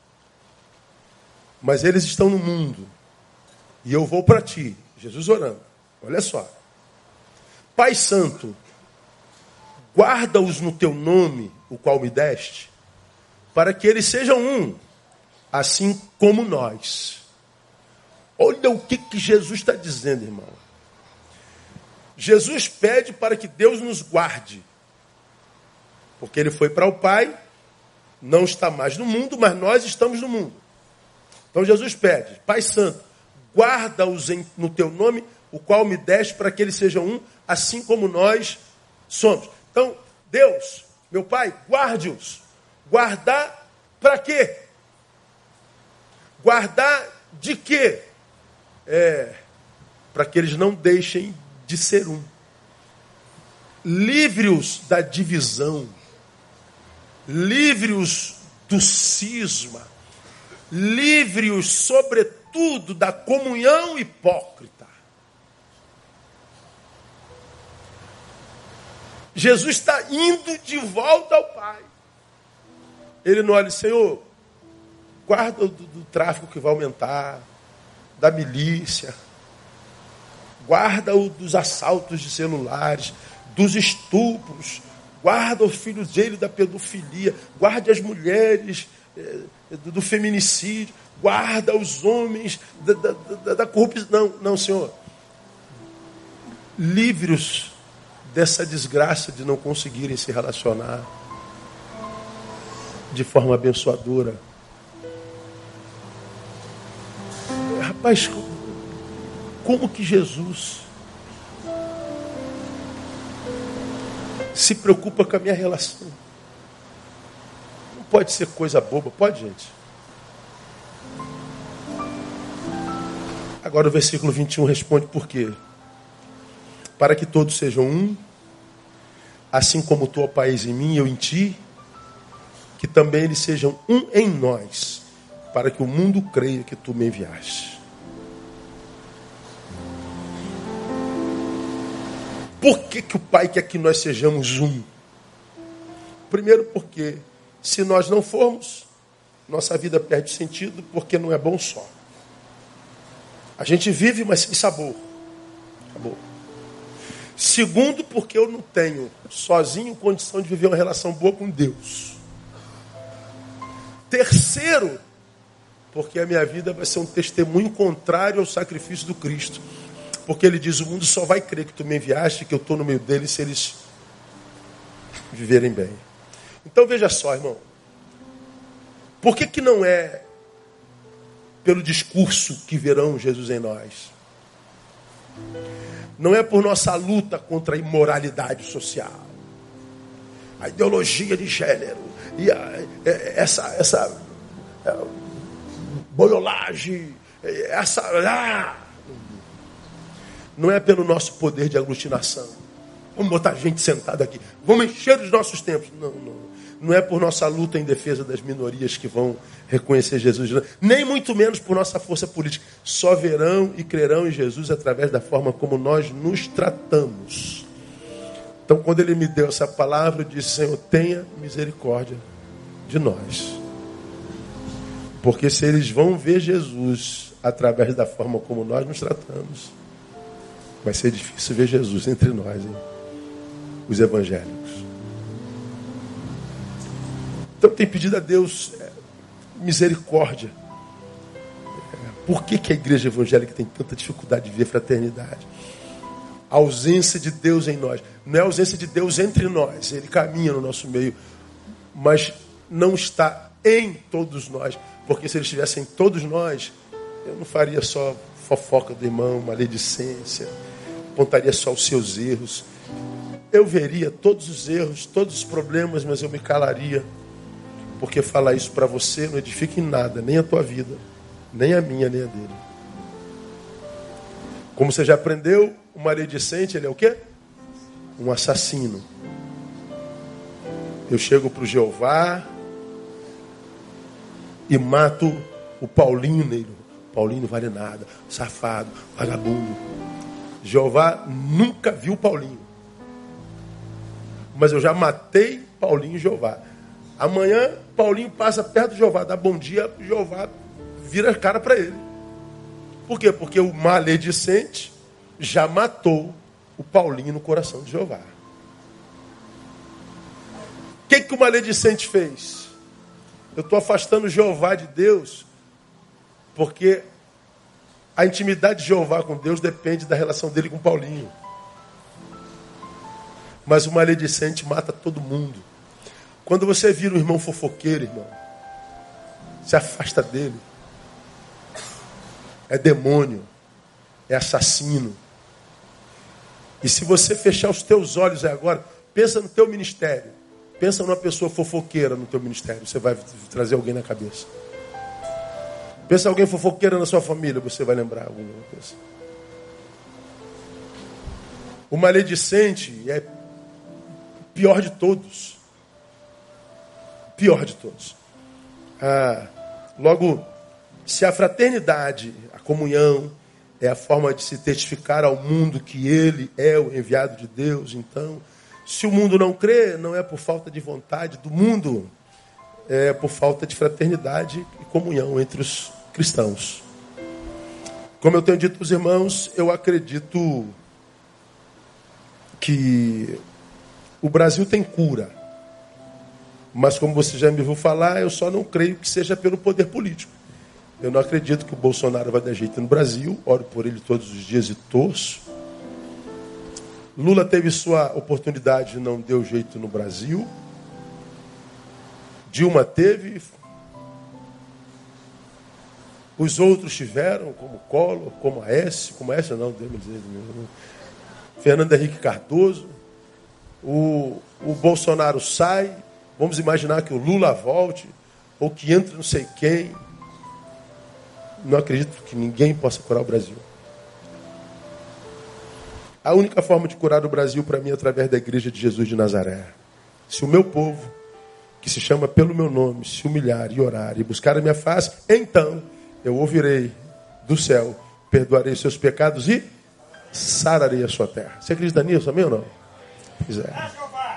mas eles estão no mundo. E eu vou para ti. Jesus orando. Olha só. Pai Santo, guarda-os no teu nome, o qual me deste, para que eles sejam um, assim como nós. Olha o que, que Jesus está dizendo, irmão. Jesus pede para que Deus nos guarde. Porque ele foi para o Pai, não está mais no mundo, mas nós estamos no mundo. Então Jesus pede: Pai Santo, guarda-os no teu nome, o qual me deste, para que eles sejam um, assim como nós somos. Então, Deus, meu Pai, guarde-os. Guardar para quê? Guardar de quê? É, para que eles não deixem de ser um. Livre-os da divisão. Livre-os do cisma. Livre-os, sobretudo, da comunhão hipócrita. Jesus está indo de volta ao Pai. Ele não olha: Senhor, guarda do, do tráfico que vai aumentar, da milícia, guarda-o dos assaltos de celulares, dos estupros, guarda os filhos dele da pedofilia, guarde as mulheres eh, do, do feminicídio, guarda os homens da, da, da, da corrupção. Não, não, Senhor. Livre-os dessa desgraça de não conseguirem se relacionar de forma abençoadora. Rapaz, como que Jesus se preocupa com a minha relação? Não pode ser coisa boba, pode, gente? Agora o versículo vinte e um responde por quê? Para que todos sejam um, assim como tu, ó Pai, em mim e eu em ti, que também eles sejam um em nós, para que o mundo creia que tu me enviaste. Por que que o Pai quer que nós sejamos um? Primeiro porque, se nós não formos, nossa vida perde sentido, porque não é bom só. A gente vive, mas sem sabor. Acabou. Segundo, porque eu não tenho sozinho condição de viver uma relação boa com Deus. Terceiro, porque a minha vida vai ser um testemunho contrário ao sacrifício do Cristo. Porque ele diz: o mundo só vai crer que tu me enviaste, que eu estou no meio deles, se eles viverem bem. Então veja só, irmão. Por que que não é pelo discurso que verão Jesus em nós? Não é por nossa luta contra a imoralidade social, a ideologia de gênero, e a, essa, essa a, boiolagem, essa... Ah, não é pelo nosso poder de aglutinação. Vamos botar gente sentada aqui. Vamos encher os nossos tempos. Não, não. Não é por nossa luta em defesa das minorias que vão reconhecer Jesus. Nem muito menos por nossa força política. Só verão e crerão em Jesus através da forma como nós nos tratamos. Então, quando ele me deu essa palavra, eu disse: Senhor, tenha misericórdia de nós. Porque se eles vão ver Jesus através da forma como nós nos tratamos, vai ser difícil ver Jesus entre nós, hein? Os evangélicos. Então tem pedido a Deus é, misericórdia. É, por que que a igreja evangélica tem tanta dificuldade de ver fraternidade? A ausência de Deus em nós. Não é a ausência de Deus entre nós. Ele caminha no nosso meio. Mas não está em todos nós. Porque se ele estivesse em todos nós, eu não faria só fofoca do irmão, maledicência. Apontaria só os seus erros. Eu veria todos os erros, todos os problemas, mas eu me calaria. Porque falar isso para você não edifica em nada. Nem a tua vida. Nem a minha, nem a dele. Como você já aprendeu, o maledicente, ele é o quê? Um assassino. Eu chego para o Jeová e mato o Paulinho nele. Paulinho não vale nada, safado, vagabundo. Jeová nunca viu Paulinho. Mas eu já matei Paulinho e Jeová. Amanhã, Paulinho passa perto do Jeová, dá bom dia, Jeová vira a cara para ele. Por quê? Porque o maledicente já matou o Paulinho no coração de Jeová. O que, que o maledicente fez? Eu estou afastando Jeová de Deus, porque a intimidade de Jeová com Deus depende da relação dele com Paulinho. Mas o maledicente mata todo mundo. Quando você vira um irmão fofoqueiro, irmão, se afasta dele. É demônio, é assassino. E se você fechar os teus olhos aí agora, pensa no teu ministério. Pensa numa pessoa fofoqueira no teu ministério. Você vai trazer alguém na cabeça. Pensa em alguém fofoqueira na sua família. Você vai lembrar alguma coisa. O maledicente é pior de todos. Pior de todos. Ah, logo, se a fraternidade, a comunhão, é a forma de se testificar ao mundo que ele é o enviado de Deus, então, se o mundo não crê, não é por falta de vontade do mundo, é por falta de fraternidade e comunhão entre os cristãos. Como eu tenho dito para os irmãos, eu acredito que o Brasil tem cura. Mas como você já me ouviu falar, eu só não creio que seja pelo poder político. Eu não acredito que o Bolsonaro vai dar jeito no Brasil. Oro por ele todos os dias e torço. Lula teve sua oportunidade e não deu jeito no Brasil. Dilma teve. Os outros tiveram, como Collor, como Aécio, como Aécio não, Deus me dizer, Fernando Henrique Cardoso. O, o Bolsonaro sai. Vamos imaginar que o Lula volte, ou que entre não sei quem. Não acredito que ninguém possa curar o Brasil. A única forma de curar o Brasil, para mim, é através da Igreja de Jesus de Nazaré. Se o meu povo, que se chama pelo meu nome, se humilhar e orar e buscar a minha face, então eu ouvirei do céu, perdoarei seus pecados e sararei a sua terra. Você acredita nisso, amém ou não? Pois é.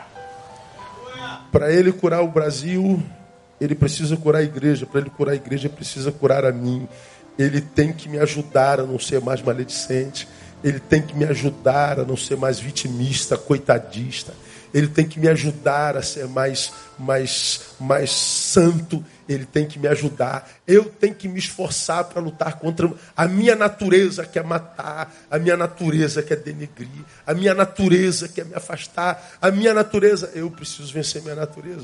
Para ele curar o Brasil, ele precisa curar a igreja. Para ele curar a igreja, ele precisa curar a mim. Ele tem que me ajudar a não ser mais maledicente. Ele tem que me ajudar a não ser mais vitimista, coitadista. Ele tem que me ajudar a ser mais, mais, mais santo. Ele tem que me ajudar. Eu tenho que me esforçar para lutar contra a minha natureza, que é matar. A minha natureza, que é denegrir. A minha natureza, que é me afastar. A minha natureza, eu preciso vencer minha natureza.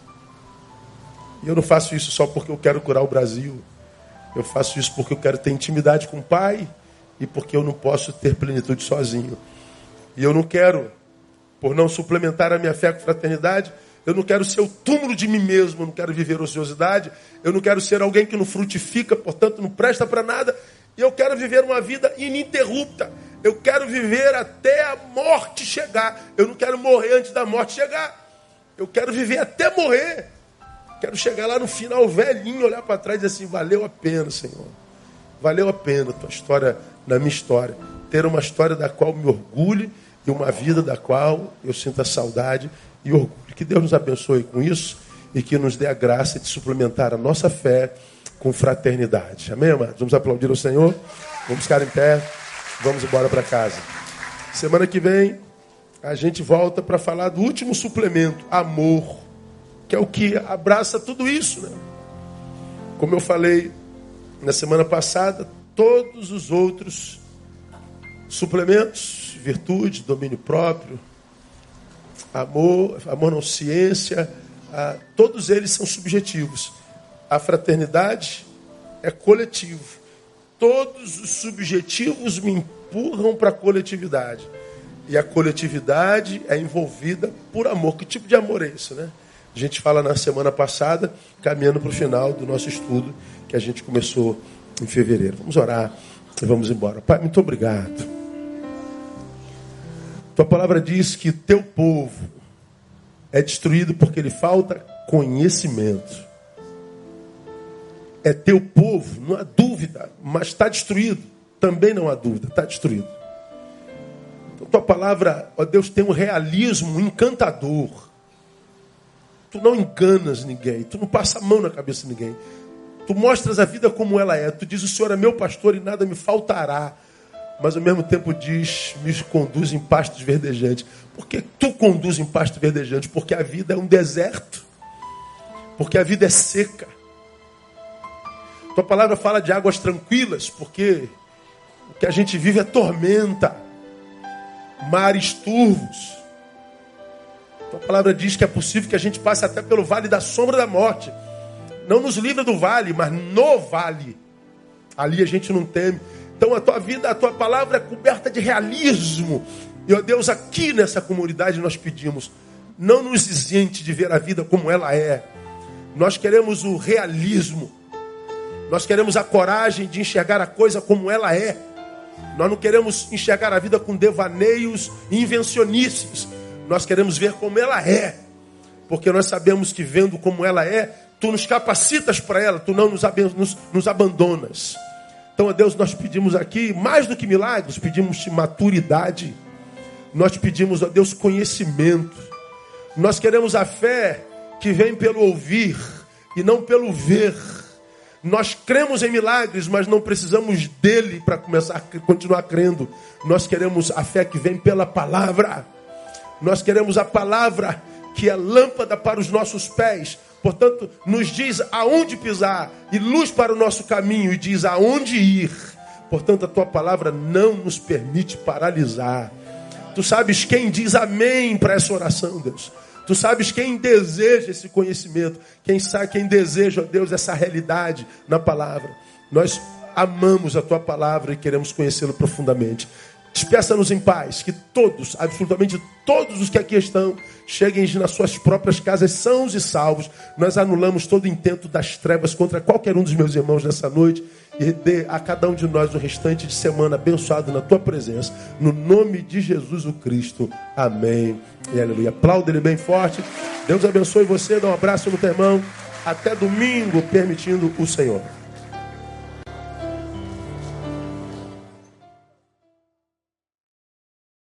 E eu não faço isso só porque eu quero curar o Brasil. Eu faço isso porque eu quero ter intimidade com o Pai e porque eu não posso ter plenitude sozinho. E eu não quero, por não suplementar a minha fé com fraternidade, eu não quero ser o túmulo de mim mesmo, eu não quero viver ociosidade, eu não quero ser alguém que não frutifica, portanto não presta para nada, e eu quero viver uma vida ininterrupta. Eu quero viver até a morte chegar. Eu não quero morrer antes da morte chegar. Eu quero viver até morrer. Quero chegar lá no final, velhinho, olhar para trás e dizer assim, valeu a pena, Senhor. Valeu a pena a tua história na minha história. Ter uma história da qual me orgulhe e uma vida da qual eu sinta saudade e orgulho. Que Deus nos abençoe com isso e que nos dê a graça de suplementar a nossa fé com fraternidade. Amém, amados? Vamos aplaudir o Senhor? Vamos ficar em pé. Vamos embora para casa. Semana que vem, a gente volta para falar do último suplemento, amor, que é o que abraça tudo isso, né? Como eu falei na semana passada, todos os outros Suplementos, virtude, domínio próprio, amor, amor não ciência, ah, todos eles são subjetivos. A fraternidade é coletivo. Todos os subjetivos me empurram para a coletividade. E a coletividade é envolvida por amor. Que tipo de amor é esse, né? A gente fala na semana passada, caminhando para o final do nosso estudo, que a gente começou em fevereiro. Vamos orar e vamos embora. Pai, muito obrigado. Tua palavra diz que teu povo é destruído porque lhe falta conhecimento. É teu povo, não há dúvida, mas está destruído. Também não há dúvida, está destruído. Então, tua palavra, ó Deus, tem um realismo encantador. Tu não enganas ninguém, tu não passa a mão na cabeça de ninguém. Tu mostras a vida como ela é. Tu diz, o Senhor é meu pastor e nada me faltará. Mas ao mesmo tempo diz, me conduz em pastos verdejantes. Por que tu conduz em pastos verdejantes? Porque a vida é um deserto. Porque a vida é seca. Tua palavra fala de águas tranquilas, porque o que a gente vive é tormenta, mares turvos. Tua palavra diz que é possível que a gente passe até pelo vale da sombra da morte. Não nos livra do vale, mas no vale. Ali a gente não teme. Então a tua vida, a tua palavra é coberta de realismo. E, ó Deus, aqui nessa comunidade nós pedimos, não nos isente de ver a vida como ela é. Nós queremos o realismo. Nós queremos a coragem de enxergar a coisa como ela é. Nós não queremos enxergar a vida com devaneios e invencionices. Nós queremos ver como ela é. Porque nós sabemos que vendo como ela é, tu nos capacitas para ela, tu não nos, nos, nos abandonas. Então, a Deus, nós pedimos aqui, mais do que milagres, pedimos maturidade. Nós pedimos, a Deus, conhecimento. Nós queremos a fé que vem pelo ouvir e não pelo ver. Nós cremos em milagres, mas não precisamos dele para começar a continuar crendo. Nós queremos a fé que vem pela palavra. Nós queremos a palavra que é lâmpada para os nossos pés. Portanto, nos diz aonde pisar e luz para o nosso caminho e diz aonde ir. Portanto, a tua palavra não nos permite paralisar. Tu sabes quem diz amém para essa oração, Deus. Tu sabes quem deseja esse conhecimento. Quem sabe, quem deseja, ó Deus, essa realidade na palavra. Nós amamos a tua palavra e queremos conhecê-la profundamente. Despeça-nos em paz, que todos, absolutamente todos os que aqui estão, cheguem nas suas próprias casas sãos e salvos. Nós anulamos todo o intento das trevas contra qualquer um dos meus irmãos nessa noite e dê a cada um de nós o restante de semana abençoado na tua presença. No nome de Jesus o Cristo. Amém e aleluia. Aplauda ele bem forte. Deus abençoe você. Dá um abraço no teu irmão. Até domingo, permitindo o Senhor.